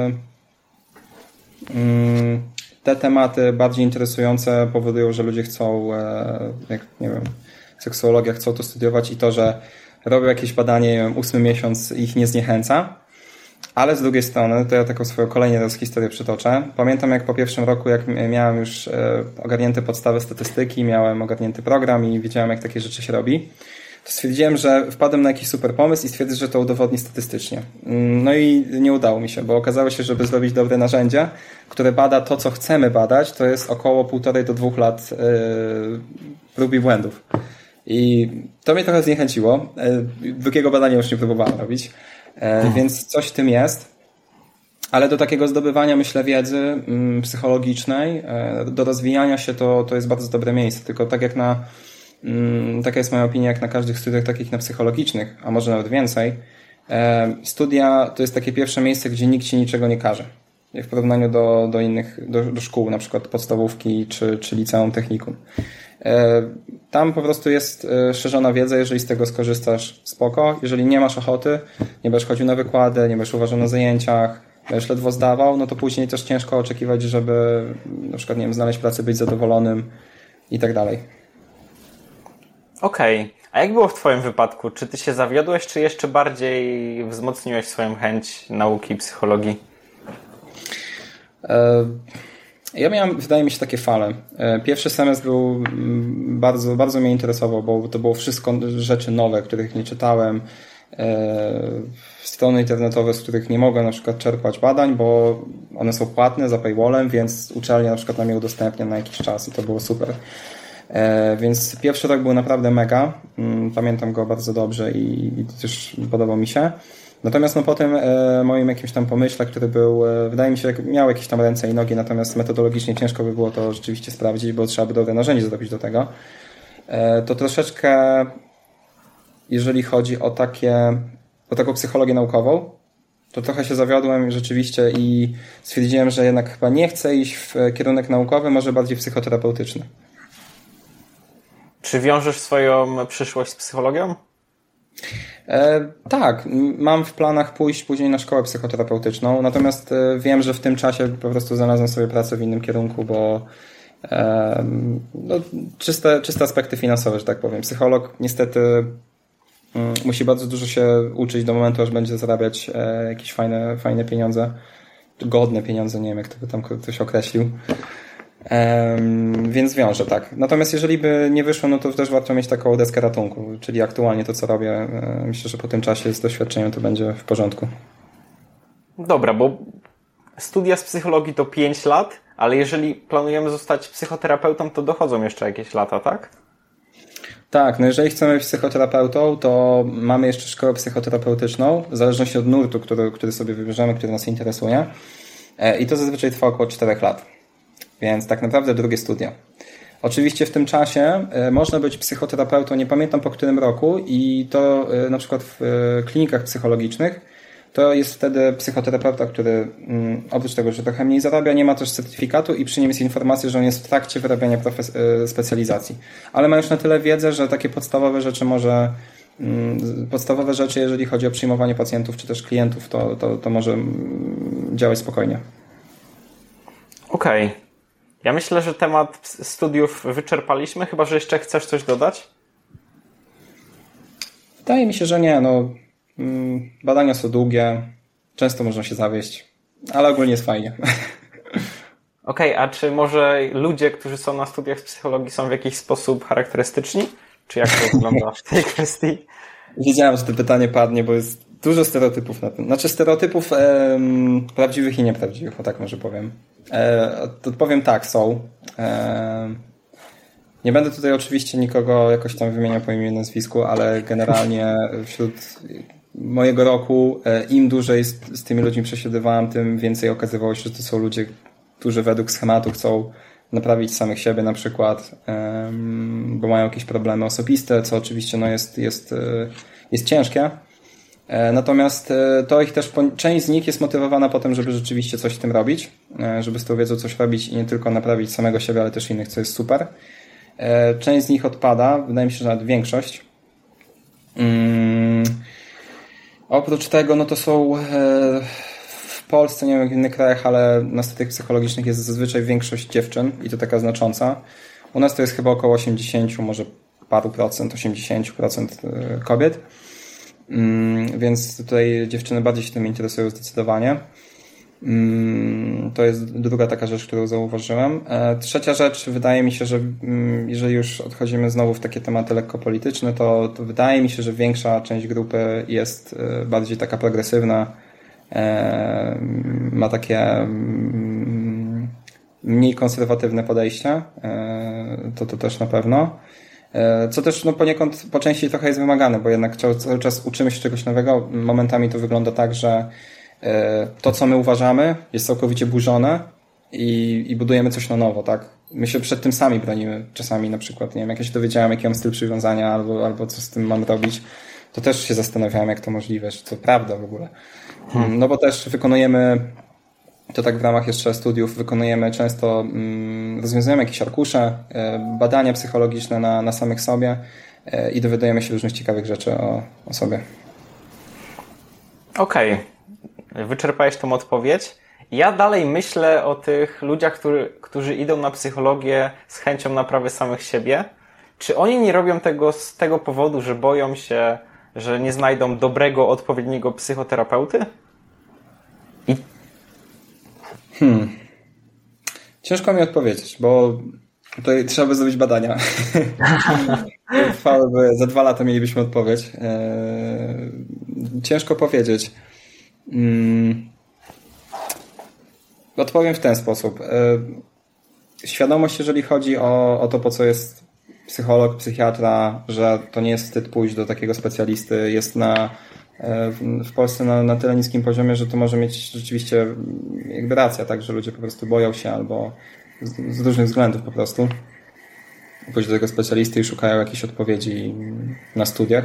te tematy bardziej interesujące powodują, że ludzie chcą, jak nie wiem, seksuologia, chcą to studiować i to, że robią jakieś badanie, nie wiem, ósmy miesiąc ich nie zniechęca. Ale z drugiej strony, to ja taką swoją kolejną raz historię przytoczę. Pamiętam, jak po pierwszym roku, jak miałem już ogarnięte podstawy statystyki, miałem ogarnięty program i wiedziałem, jak takie rzeczy się robi, to stwierdziłem, że wpadłem na jakiś super pomysł i stwierdzę, że to udowodni statystycznie. No i nie udało mi się, bo okazało się, żeby zrobić dobre narzędzie, które bada to, co chcemy badać, to jest około półtorej do dwóch lat prób i błędów. I to mnie trochę zniechęciło. Drugiego badania już nie próbowałem robić. Hmm. Więc coś w tym jest, ale do takiego zdobywania, myślę, wiedzy psychologicznej, do rozwijania się to, to jest bardzo dobre miejsce, tylko tak jak na, taka jest moja opinia, jak na każdych studiach takich na psychologicznych, a może nawet więcej, studia to jest takie pierwsze miejsce, gdzie nikt ci niczego nie każe. W porównaniu do, do innych, do, do szkół, na przykład podstawówki czy, czy liceum, technikum. Tam po prostu jest szerzona wiedza, jeżeli z tego skorzystasz, spoko. Jeżeli nie masz ochoty, nie będziesz chodził na wykłady, nie będziesz uważał na zajęciach, będziesz ledwo zdawał, no to później też ciężko oczekiwać, żeby na przykład, nie wiem, znaleźć pracę, być zadowolonym i tak dalej. Okej. Okay. A jak było w twoim wypadku? Czy ty się zawiodłeś, czy jeszcze bardziej wzmocniłeś swoją chęć nauki psychologii? E- Ja miałem, wydaje mi się, takie fale. Pierwszy semestr był bardzo, bardzo mnie interesował, bo to było wszystko rzeczy nowe, których nie czytałem, strony internetowe, z których nie mogłem na przykład czerpać badań, bo one są płatne za paywallem, więc uczelnia na przykład nam je udostępnia na jakiś czas i to było super. Więc pierwszy rok był naprawdę mega. Pamiętam go bardzo dobrze i, i też podobał mi się. Natomiast no potem e, moim jakimś tam pomyśle, który był, e, wydaje mi się, miał jakieś tam ręce i nogi, natomiast metodologicznie ciężko by było to rzeczywiście sprawdzić, bo trzeba by dobre narzędzie zrobić do tego, e, to troszeczkę, jeżeli chodzi o takie, o taką psychologię naukową, to trochę się zawiodłem rzeczywiście i stwierdziłem, że jednak chyba nie chcę iść w kierunek naukowy, może bardziej psychoterapeutyczny. Czy wiążesz swoją przyszłość z psychologią? E, tak, mam w planach pójść później na szkołę psychoterapeutyczną, natomiast e, wiem, że w tym czasie po prostu znalazłem sobie pracę w innym kierunku, bo e, no, czyste, czyste aspekty finansowe, że tak powiem. Psycholog niestety mm, musi bardzo dużo się uczyć do momentu, aż będzie zarabiać e, jakieś fajne, fajne pieniądze, godne pieniądze, nie wiem jak to by tam ktoś określił. Um, więc wiążę, tak. Natomiast jeżeli by nie wyszło, no to też warto mieć taką deskę ratunku, czyli aktualnie to, co robię. Myślę, że po tym czasie z doświadczeniem to będzie w porządku. Dobra, bo studia z psychologii to pięć lat, ale jeżeli planujemy zostać psychoterapeutą, to dochodzą jeszcze jakieś lata, tak? Tak, no jeżeli chcemy być psychoterapeutą, to mamy jeszcze szkołę psychoterapeutyczną, w zależności od nurtu, który, który sobie wybierzemy, który nas interesuje. I to zazwyczaj trwa około czterech lat. Więc tak naprawdę drugie studia. Oczywiście w tym czasie można być psychoterapeutą, nie pamiętam po którym roku i to na przykład w klinikach psychologicznych to jest wtedy psychoterapeuta, który oprócz tego, że trochę mniej zarabia, nie ma też certyfikatu i przy nim jest informacja, że on jest w trakcie wyrabiania profes- specjalizacji. Ale ma już na tyle wiedzę, że takie podstawowe rzeczy może podstawowe rzeczy, jeżeli chodzi o przyjmowanie pacjentów czy też klientów, to, to, to może działać spokojnie. Okej. Okay. Ja myślę, że temat studiów wyczerpaliśmy, chyba że jeszcze chcesz coś dodać? Wydaje mi się, że nie. No, badania są długie, często można się zawieść, ale ogólnie jest fajnie. Okej, okay, a czy może ludzie, którzy są na studiach psychologii są w jakiś sposób charakterystyczni? Czy jak to wygląda w tej kwestii? Wiedziałem, że to pytanie padnie, bo jest dużo stereotypów na tym. Znaczy stereotypów em, prawdziwych i nieprawdziwych, o tak może powiem. E, odpowiem tak, są. E, nie będę tutaj oczywiście nikogo jakoś tam wymieniał po imieniu i nazwisku, ale generalnie wśród mojego roku e, im dłużej z, z tymi ludźmi przesiadywałem, tym więcej okazywało się, że to są ludzie, którzy według schematu chcą naprawić samych siebie na przykład, bo mają jakieś problemy osobiste, co oczywiście no jest, jest, jest ciężkie. Natomiast to ich też, część z nich jest motywowana potem, żeby rzeczywiście coś w tym robić, żeby z tą wiedzą coś robić i nie tylko naprawić samego siebie, ale też innych, co jest super. Część z nich odpada, wydaje mi się, że nawet większość. Hmm. Oprócz tego, no to są w Polsce, nie wiem jak w innych krajach, ale na studiach psychologicznych jest zazwyczaj większość dziewczyn i to taka znacząca. U nas to jest chyba około osiemdziesiąt, może paru procent, osiemdziesiąt procent kobiet. Więc tutaj dziewczyny bardziej się tym interesują zdecydowanie. To jest druga taka rzecz, którą zauważyłem. Trzecia rzecz, wydaje mi się, że jeżeli już odchodzimy znowu w takie tematy lekko polityczne, to, to wydaje mi się, że większa część grupy jest bardziej taka progresywna, ma takie mniej konserwatywne podejście, to to też na pewno. Co też no, poniekąd po części trochę jest wymagane, bo jednak cały czas uczymy się czegoś nowego. Momentami to wygląda tak, że to, co my uważamy, jest całkowicie burzone i, i budujemy coś na nowo, tak? My się przed tym sami bronimy. Czasami na przykład, nie wiem, jak ja się dowiedziałem, jaki mam styl przywiązania albo, albo co z tym mam robić, to też się zastanawiałem, jak to możliwe, że to prawda w ogóle. Hmm. No bo też wykonujemy, to tak w ramach jeszcze studiów, wykonujemy często, mm, rozwiązujemy jakieś arkusze, badania psychologiczne na, na samych sobie i dowiadujemy się różnych ciekawych rzeczy o, o sobie. Okej. Okay. Wyczerpałeś tą odpowiedź. Ja dalej myślę o tych ludziach, który, którzy idą na psychologię z chęcią naprawy samych siebie. Czy oni nie robią tego z tego powodu, że boją się, że nie znajdą dobrego, odpowiedniego psychoterapeuty? I... Hmm. Ciężko mi odpowiedzieć, bo tutaj trzeba by zrobić badania. Trwałyby, za dwa lata mielibyśmy odpowiedź. Ciężko powiedzieć. Odpowiem w ten sposób. Świadomość, jeżeli chodzi o, o to, po co jest psycholog, psychiatra, że to nie jest wstyd pójść do takiego specjalisty, jest na, w Polsce na, na tyle niskim poziomie, że to może mieć rzeczywiście jakby rację, tak, że ludzie po prostu boją się albo z, z różnych względów po prostu pójść do tego specjalisty i szukają jakichś odpowiedzi na studiach.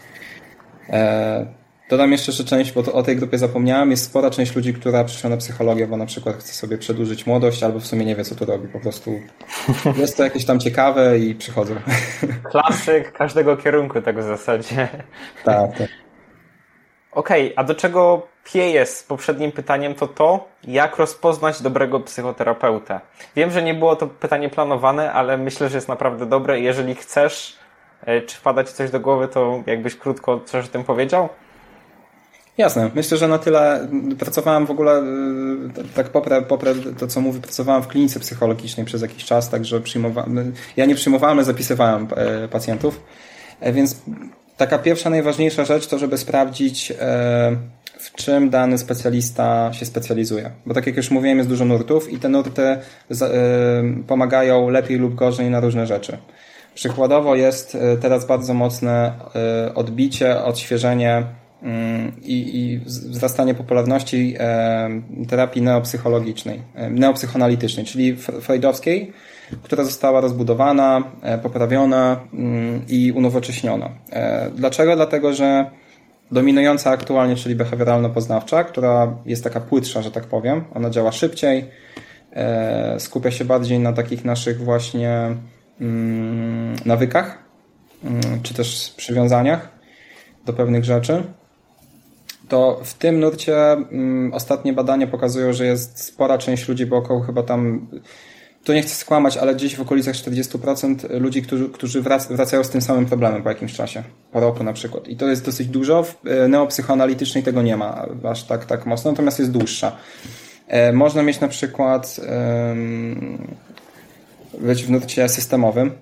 Dodam jeszcze, że część, bo to o tej grupie zapomniałem, jest spora część ludzi, która przyszła na psychologię, bo na przykład chce sobie przedłużyć młodość, albo w sumie nie wie, co tu robi. Po prostu jest to jakieś tam ciekawe i przychodzą. Klasyk każdego kierunku tego w zasadzie. Tak, tak. Okej, okay, a do czego pieje z poprzednim pytaniem to to, jak rozpoznać dobrego psychoterapeutę. Wiem, że nie było to pytanie planowane, ale myślę, że jest naprawdę dobre i jeżeli chcesz, czy wpada ci coś do głowy, to jakbyś krótko coś o tym powiedział? Jasne. Myślę, że na tyle pracowałem w ogóle, tak poprę, poprę to, co mówię, pracowałem w klinice psychologicznej przez jakiś czas, także przyjmowałem, ja nie przyjmowałem, ale zapisywałem pacjentów, więc taka pierwsza, najważniejsza rzecz to, żeby sprawdzić, w czym dany specjalista się specjalizuje. Bo tak jak już mówiłem, jest dużo nurtów i te nurty pomagają lepiej lub gorzej na różne rzeczy. Przykładowo jest teraz bardzo mocne odbicie, odświeżenie i, i wzrastanie popularności terapii neopsychologicznej, neopsychoanalitycznej, czyli freudowskiej, która została rozbudowana, poprawiona i unowocześniona. Dlaczego? Dlatego, że dominująca aktualnie, czyli behawioralno-poznawcza, która jest taka płytsza, że tak powiem, ona działa szybciej, skupia się bardziej na takich naszych właśnie nawykach, czy też przywiązaniach do pewnych rzeczy, to w tym nurcie ostatnie badania pokazują, że jest spora część ludzi, bo około chyba tam, tu nie chcę skłamać, ale gdzieś w okolicach czterdzieści procent ludzi, którzy, którzy wracają z tym samym problemem po jakimś czasie, po roku na przykład. I to jest dosyć dużo. W neopsychoanalitycznej tego nie ma aż tak, tak mocno, natomiast jest dłuższa. Można mieć na przykład być w nurcie systemowym,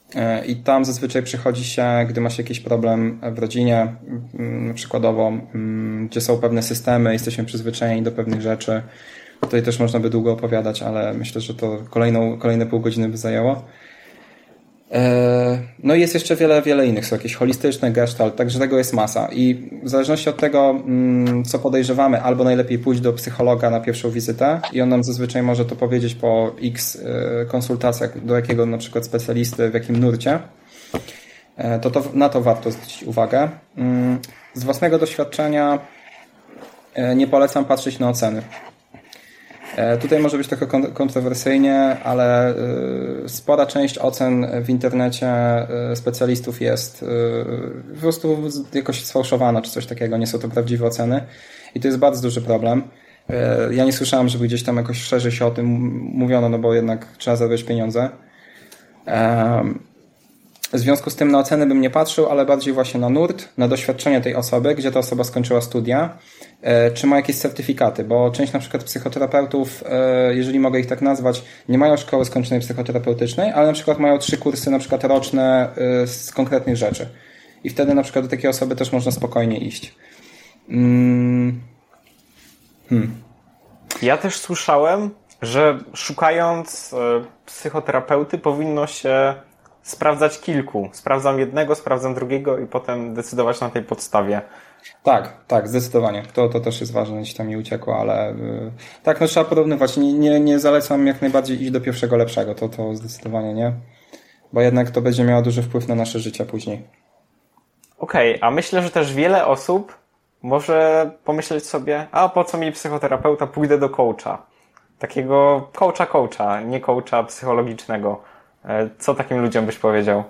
I tam zazwyczaj przychodzi się, gdy masz jakiś problem w rodzinie, przykładowo, gdzie są pewne systemy, jesteśmy przyzwyczajeni do pewnych rzeczy. Tutaj też można by długo opowiadać, ale myślę, że to kolejną, kolejne pół godziny by zajęło. No i jest jeszcze wiele, wiele innych. Są jakieś holistyczne, gestalt, także tego jest masa. I w zależności od tego, co podejrzewamy, albo najlepiej pójść do psychologa na pierwszą wizytę i on nam zazwyczaj może to powiedzieć po X konsultacjach, do jakiego na przykład specjalisty, w jakim nurcie, to, to na to warto zwrócić uwagę. Z własnego doświadczenia nie polecam patrzeć na oceny. Tutaj może być trochę kontrowersyjnie, ale spora część ocen w internecie specjalistów jest po prostu jakoś sfałszowana czy coś takiego, nie są to prawdziwe oceny i to jest bardzo duży problem. Ja nie słyszałem, żeby gdzieś tam jakoś szerzej się o tym mówiono, no bo jednak trzeba zarobić pieniądze. W związku z tym na oceny bym nie patrzył, ale bardziej właśnie na nurt, na doświadczenie tej osoby, gdzie ta osoba skończyła studia, czy ma jakieś certyfikaty, bo część na przykład psychoterapeutów, jeżeli mogę ich tak nazwać, nie mają szkoły skończonej psychoterapeutycznej, ale na przykład mają trzy kursy na przykład roczne z konkretnych rzeczy. I wtedy na przykład do takiej osoby też można spokojnie iść. Hmm. Ja też słyszałem, że szukając psychoterapeuty powinno się sprawdzać kilku. Sprawdzam jednego, sprawdzam drugiego i potem decydować na tej podstawie. Tak, tak, zdecydowanie. To, to też jest ważne, gdzieś tam mi uciekło, ale yy, tak, no trzeba porównywać. Nie, nie, nie zalecam jak najbardziej iść do pierwszego lepszego, to, to zdecydowanie nie. Bo jednak to będzie miało duży wpływ na nasze życie później. Okej, okay, a myślę, że też wiele osób może pomyśleć sobie, a po co mi psychoterapeuta, pójdę do coacha. Takiego coacha coacha, nie coacha psychologicznego. Co takim ludziom byś powiedział?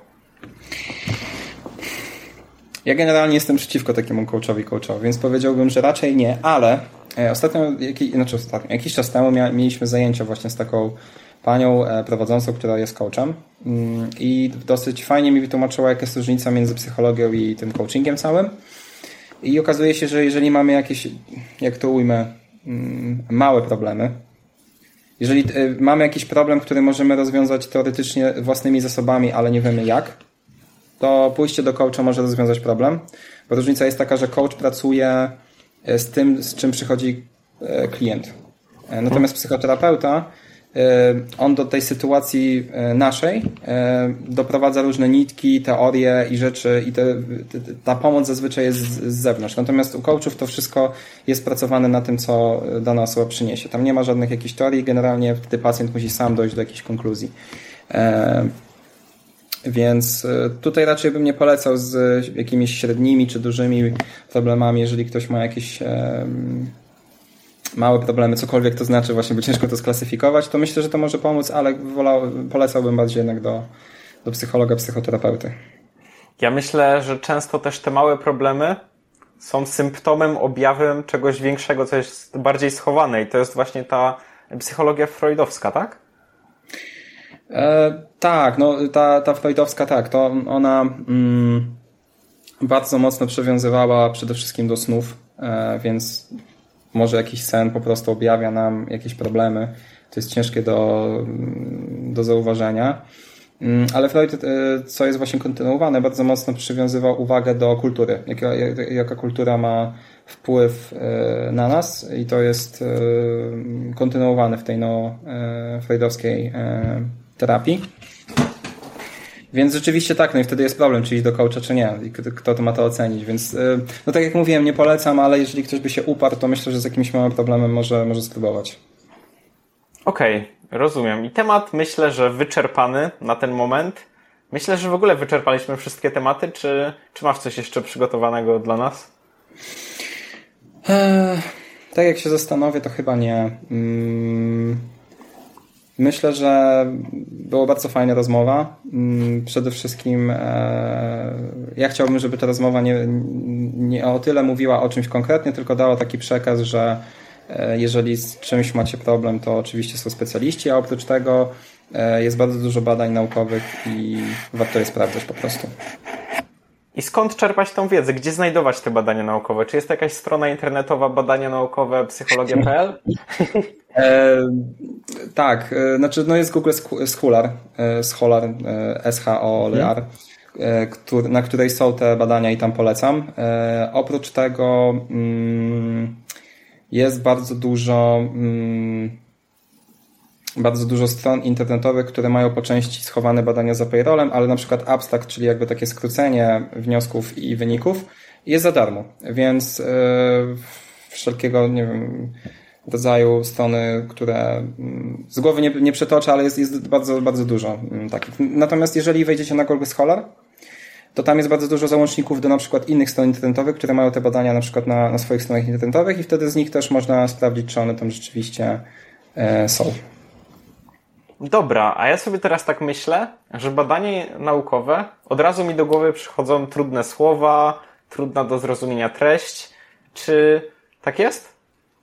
Ja generalnie jestem przeciwko takiemu coachowi coachowi, więc powiedziałbym, że raczej nie, ale ostatnio, znaczy ostatnio, jakiś czas temu mieliśmy zajęcia właśnie z taką panią prowadzącą, która jest coachem i dosyć fajnie mi wytłumaczyła, jaka jest różnica między psychologią i tym coachingiem całym. I okazuje się, że jeżeli mamy jakieś, jak to ujmę, małe problemy, jeżeli mamy jakiś problem, który możemy rozwiązać teoretycznie własnymi zasobami, ale nie wiemy jak, to pójście do coacha może rozwiązać problem. Bo różnica jest taka, że coach pracuje z tym, z czym przychodzi klient. Natomiast psychoterapeuta, on do tej sytuacji naszej doprowadza różne nitki, teorie i rzeczy i te, ta pomoc zazwyczaj jest z, z zewnątrz. Natomiast u coachów to wszystko jest pracowane na tym, co dana osoba przyniesie. Tam nie ma żadnych jakichś teorii, generalnie wtedy pacjent musi sam dojść do jakiejś konkluzji. Więc tutaj raczej bym nie polecał z jakimiś średnimi czy dużymi problemami, jeżeli ktoś ma jakieś małe problemy, cokolwiek to znaczy, właśnie, bo ciężko to sklasyfikować, to myślę, że to może pomóc, ale wolał, polecałbym bardziej jednak do, do psychologa, psychoterapeuty. Ja myślę, że często też te małe problemy są symptomem, objawem czegoś większego, co jest bardziej schowane i to jest właśnie ta psychologia freudowska, tak? E, tak, no ta, ta freudowska tak, to ona mm, bardzo mocno przywiązywała przede wszystkim do snów, e, więc może jakiś sen po prostu objawia nam jakieś problemy. To jest ciężkie do, do zauważenia. Ale Freud, co jest właśnie kontynuowane, bardzo mocno przywiązywał uwagę do kultury. Jaka, jaka kultura ma wpływ na nas i to jest kontynuowane w tej no, freudowskiej terapii. Więc rzeczywiście tak, no i wtedy jest problem, czy iść do coacha, czy nie. I kto to ma to ocenić. Więc, no tak jak mówiłem, nie polecam, ale jeżeli ktoś by się uparł, to myślę, że z jakimś małym problemem może, może spróbować. Okej, okay, rozumiem. I temat myślę, że wyczerpany na ten moment. Myślę, że w ogóle wyczerpaliśmy wszystkie tematy, czy, czy masz coś jeszcze przygotowanego dla nas? Eee, tak jak się zastanowię, to chyba nie. Hmm. Myślę, że była bardzo fajna rozmowa. Przede wszystkim e, ja chciałbym, żeby ta rozmowa nie, nie o tyle mówiła o czymś konkretnie, tylko dała taki przekaz, że e, jeżeli z czymś macie problem, to oczywiście są specjaliści, a oprócz tego e, jest bardzo dużo badań naukowych i warto je sprawdzać po prostu. I skąd czerpać tą wiedzę? Gdzie znajdować te badania naukowe? Czy jest to jakaś strona internetowa badania naukowe psychologia kropka p l? E, tak, e, znaczy no jest Google Scholar, e, Scholar, e, S H O L R, e, który, na której są te badania i tam polecam. E, oprócz tego mm, jest bardzo dużo mm, bardzo dużo stron internetowych, które mają po części schowane badania za paywallem, ale na przykład abstract, czyli jakby takie skrócenie wniosków i wyników jest za darmo, więc e, wszelkiego, nie wiem, rodzaju strony, które z głowy nie, nie przetoczę, ale jest, jest bardzo, bardzo dużo takich. Natomiast jeżeli wejdziecie na Google Scholar, to tam jest bardzo dużo załączników do na przykład innych stron internetowych, które mają te badania na przykład na, na swoich stronach internetowych i wtedy z nich też można sprawdzić, czy one tam rzeczywiście e, są. Dobra, a ja sobie teraz tak myślę, że badanie naukowe, od razu mi do głowy przychodzą trudne słowa, trudna do zrozumienia treść. Czy tak jest?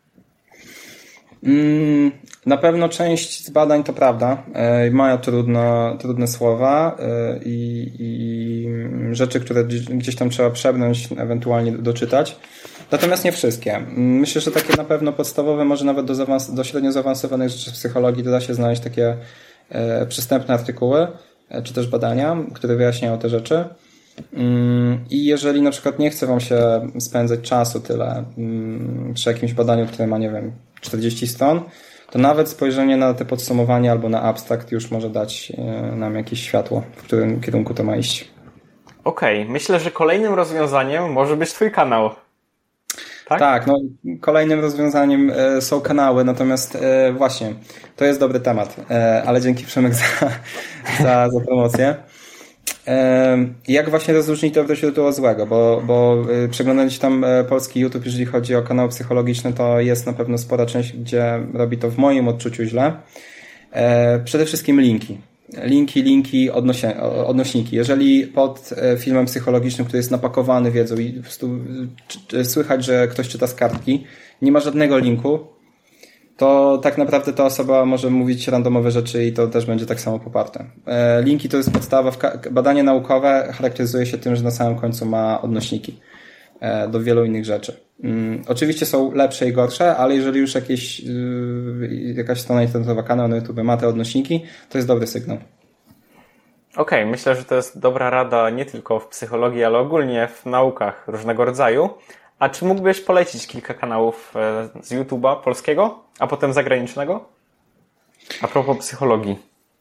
Mm, na pewno część z badań to prawda. E, mają trudno, trudne słowa e, i, i rzeczy, które gdzieś tam trzeba przebrnąć, ewentualnie doczytać. Natomiast nie wszystkie. Myślę, że takie na pewno podstawowe, może nawet do, zaawans- do średnio zaawansowanych rzeczy w psychologii da się znaleźć takie e, przystępne artykuły, e, czy też badania, które wyjaśniają te rzeczy. Mm, I jeżeli na przykład nie chce wam się spędzać czasu tyle mm, przy jakimś badaniu, które ma, nie wiem, czterdzieści stron, to nawet spojrzenie na te podsumowania albo na abstrakt już może dać e, nam jakieś światło, w którym kierunku to ma iść. Okej, okay. Myślę, że kolejnym rozwiązaniem może być twój kanał. Tak? Tak, no kolejnym rozwiązaniem e, są kanały, natomiast e, właśnie, to jest dobry temat, e, ale dzięki Przemek za, za, za promocję. E, jak właśnie rozróżnić dobre źródło od złego, bo, bo e, przeglądając tam e, polski YouTube, jeżeli chodzi o kanały psychologiczne, to jest na pewno spora część, gdzie robi to w moim odczuciu źle. E, przede wszystkim linki. Linki, linki, odnosie, odnośniki. Jeżeli pod filmem psychologicznym, który jest napakowany wiedzą i po prostu słychać, że ktoś czyta z kartki, nie ma żadnego linku, to tak naprawdę ta osoba może mówić randomowe rzeczy i to też będzie tak samo poparte. Linki to jest podstawa. Badanie naukowe charakteryzuje się tym, że na samym końcu ma odnośniki do wielu innych rzeczy. Oczywiście są lepsze i gorsze, ale jeżeli już jakieś, jakaś strona internetowa, kanał na YouTube ma te odnośniki, to jest dobry sygnał. Okej, okay, myślę, że to jest dobra rada nie tylko w psychologii, ale ogólnie w naukach różnego rodzaju. A czy mógłbyś polecić kilka kanałów z YouTube'a polskiego, a potem zagranicznego? A propos psychologii.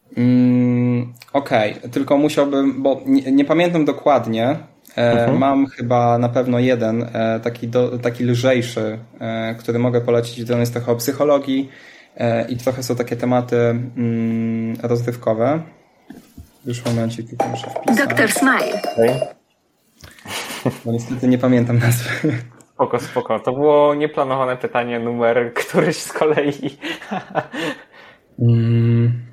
Mm, Okej, okay. Tylko musiałbym, bo nie, nie pamiętam dokładnie, Mhm. Mam chyba na pewno jeden taki, do, taki lżejszy, który mogę polecić. On jest trochę o psychologii i trochę są takie tematy mm, rozrywkowe. Już momencik, tylko muszę wpisać. doktor Smile. Okay. Bo niestety nie pamiętam nazwy. Spoko, spoko. To było nieplanowane pytanie, numer któryś z kolei. mm.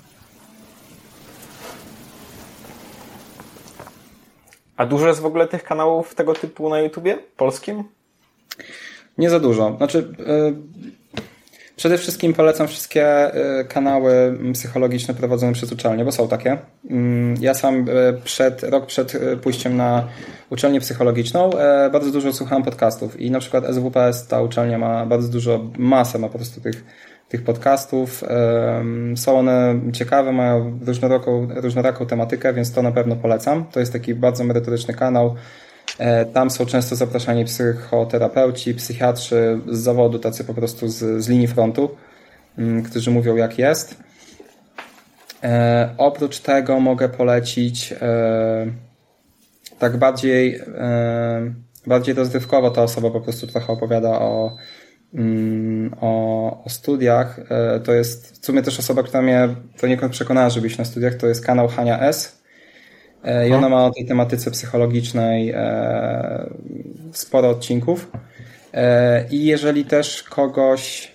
A dużo jest w ogóle tych kanałów tego typu na YouTubie polskim? Nie za dużo. Znaczy, yy, przede wszystkim polecam wszystkie yy, kanały psychologiczne prowadzone przez uczelnie, bo są takie. Yy, ja sam yy, przed, rok przed yy, pójściem na uczelnię psychologiczną yy, bardzo dużo słuchałem podcastów i na przykład S W P S, ta uczelnia ma bardzo dużo, masę ma po prostu tych tych podcastów. Są one ciekawe, mają różnoraką, różnoraką tematykę, więc to na pewno polecam. To jest taki bardzo merytoryczny kanał. Tam są często zapraszani psychoterapeuci, psychiatrzy z zawodu, tacy po prostu z, z linii frontu, którzy mówią jak jest. Oprócz tego mogę polecić tak bardziej bardziej rozrywkowo ta osoba po prostu trochę opowiada o O, o studiach. To jest w sumie też osoba, która mnie poniekąd przekonała, żeby iść na studiach. To jest kanał Hania S. I ona ma o tej tematyce psychologicznej sporo odcinków. I jeżeli też kogoś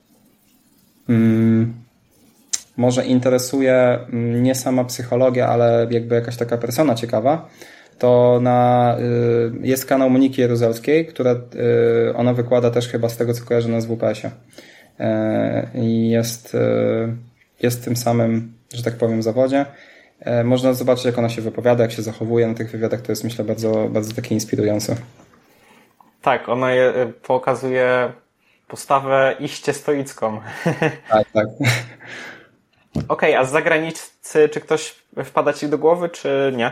hmm, może interesuje nie sama psychologia, ale jakby jakaś taka persona ciekawa, to na, jest kanał Moniki Jaruzelskiej, która ona wykłada też chyba z tego, co kojarzę, na S W P S-ie. I jest, jest w tym samym, że tak powiem, zawodzie. Można zobaczyć, jak ona się wypowiada, jak się zachowuje na tych wywiadach. To jest, myślę, bardzo, bardzo takie inspirujące. Tak, ona je, pokazuje postawę iście stoicką. Tak, tak. Okej, okay, a z zagranicy czy ktoś wpada ci do głowy, czy nie?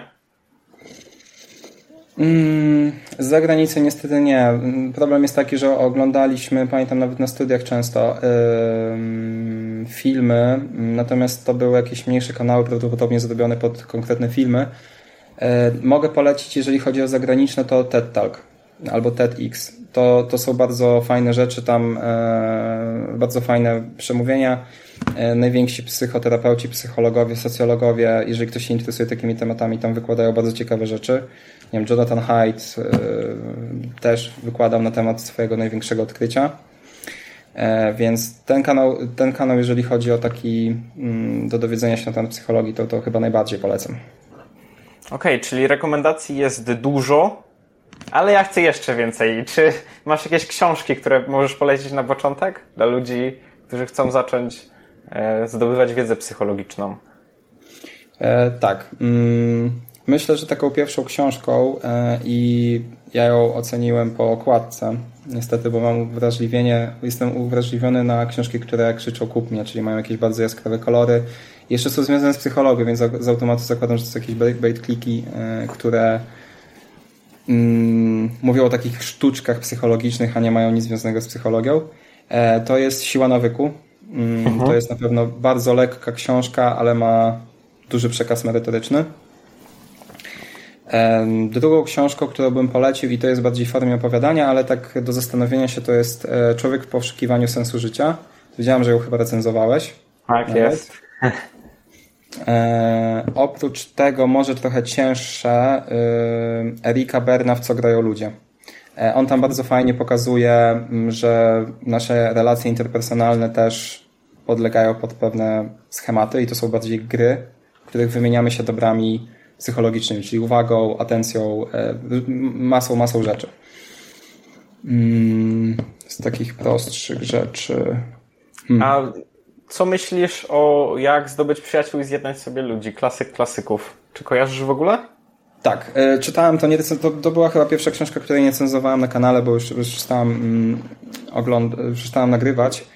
Mm, z zagranicy niestety nie. Problem jest taki, że oglądaliśmy, pamiętam nawet na studiach często, yy, filmy, natomiast to były jakieś mniejsze kanały, prawdopodobnie zrobione pod konkretne filmy. Yy, mogę polecić, jeżeli chodzi o zagraniczne, to TED Talk albo TEDx. To, to są bardzo fajne rzeczy, tam yy, bardzo fajne przemówienia. Yy, najwięksi psychoterapeuci, psychologowie, socjologowie, jeżeli ktoś się interesuje takimi tematami, tam wykładają bardzo ciekawe rzeczy. Nie wiem, Jonathan Haidt yy, też wykładał na temat swojego największego odkrycia. Yy, więc ten kanał, ten kanał, jeżeli chodzi o taki yy, do dowiedzenia się na temat psychologii, to, to chyba najbardziej polecam. Okej, okay, czyli rekomendacji jest dużo, ale ja chcę jeszcze więcej. Czy masz jakieś książki, które możesz polecić na początek dla ludzi, którzy chcą zacząć yy, zdobywać wiedzę psychologiczną? Yy, tak. Yy. Myślę, że taką pierwszą książką e, i ja ją oceniłem po okładce, niestety, bo mam uwrażliwienie, jestem uwrażliwiony na książki, które krzyczą kup mnie, czyli mają jakieś bardzo jaskrawe kolory. I jeszcze są związane z psychologią, więc z automatu zakładam, że to są jakieś bait kliki, e, które mm, mówią o takich sztuczkach psychologicznych, a nie mają nic związanego z psychologią. E, to jest Siła nawyku. Mm, mhm. To jest na pewno bardzo lekka książka, ale ma duży przekaz merytoryczny. Drugą książką, którą bym polecił, i to jest bardziej w formie opowiadania, ale tak do zastanowienia się, to jest Człowiek w poszukiwaniu sensu życia. Wiedziałem, że ją chyba recenzowałeś. Tak, nawet. Jest. E, oprócz tego może trochę cięższe e, Erika Berna, W co grają ludzie. E, on tam bardzo fajnie pokazuje, że nasze relacje interpersonalne też podlegają pod pewne schematy i to są bardziej gry, w których wymieniamy się dobrami psychologicznymi, czyli uwagą, atencją, masą, masą rzeczy. Z takich prostszych rzeczy. Hmm. A co myślisz o jak zdobyć przyjaciół i zjednać sobie ludzi? Klasyk klasyków. Czy kojarzysz w ogóle? Tak, czytałem to, nie, to, to była chyba pierwsza książka, której nie cenzowałem na kanale, bo już, już przestałem, mm, ogląd, przestałem nagrywać.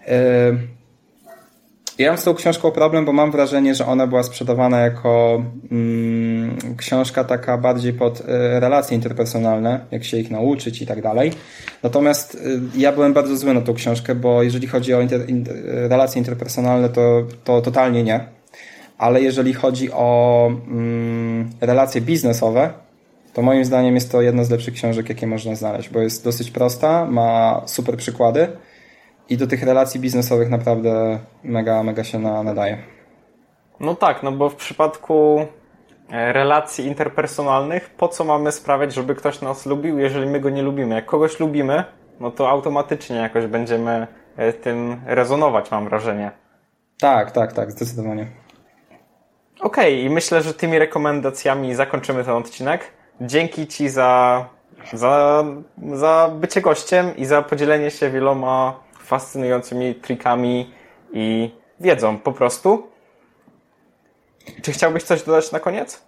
Ja mam z tą książką problem, bo mam wrażenie, że ona była sprzedawana jako mm, książka taka bardziej pod y, relacje interpersonalne, jak się ich nauczyć i tak dalej. Natomiast y, ja byłem bardzo zły na tą książkę, bo jeżeli chodzi o inter, inter, relacje interpersonalne, to, to totalnie nie. Ale jeżeli chodzi o mm, relacje biznesowe, to moim zdaniem jest to jedna z lepszych książek, jakie można znaleźć, bo jest dosyć prosta, ma super przykłady. I do tych relacji biznesowych naprawdę mega, mega się na, nadaje. No tak, no bo w przypadku relacji interpersonalnych, po co mamy sprawiać, żeby ktoś nas lubił, jeżeli my go nie lubimy? Jak kogoś lubimy, no to automatycznie jakoś będziemy tym rezonować, mam wrażenie. Tak, tak, tak, zdecydowanie. Okej, okay, i myślę, że tymi rekomendacjami zakończymy ten odcinek. Dzięki Ci za, za, za bycie gościem i za podzielenie się wieloma fascynującymi trikami i wiedzą po prostu. Czy chciałbyś coś dodać na koniec?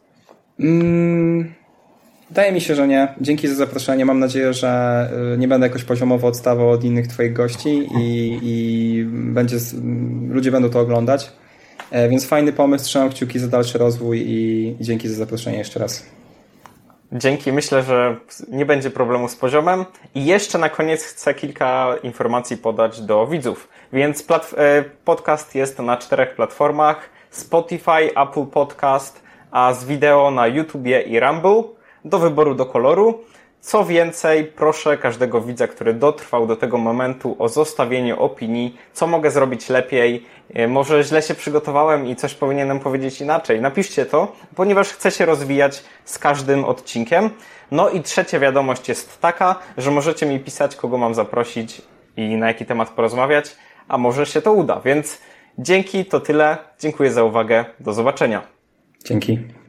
Mm, wydaje mi się, że nie. Dzięki za zaproszenie. Mam nadzieję, że nie będę jakoś poziomowo odstawał od innych Twoich gości i, i będzie, ludzie będą to oglądać. Więc fajny pomysł. Trzymam kciuki za dalszy rozwój i dzięki za zaproszenie jeszcze raz. Dzięki. Myślę, że nie będzie problemu z poziomem. I jeszcze na koniec chcę kilka informacji podać do widzów. Więc podcast jest na czterech platformach. Spotify, Apple Podcast, a z wideo na YouTubie i Rumble. Do wyboru, do koloru. Co więcej, proszę każdego widza, który dotrwał do tego momentu, o zostawienie opinii, co mogę zrobić lepiej. Może źle się przygotowałem i coś powinienem powiedzieć inaczej. Napiszcie to, ponieważ chcę się rozwijać z każdym odcinkiem. No i trzecia wiadomość jest taka, że możecie mi pisać, kogo mam zaprosić i na jaki temat porozmawiać, a może się to uda. Więc dzięki, to tyle. Dziękuję za uwagę. Do zobaczenia. Dzięki.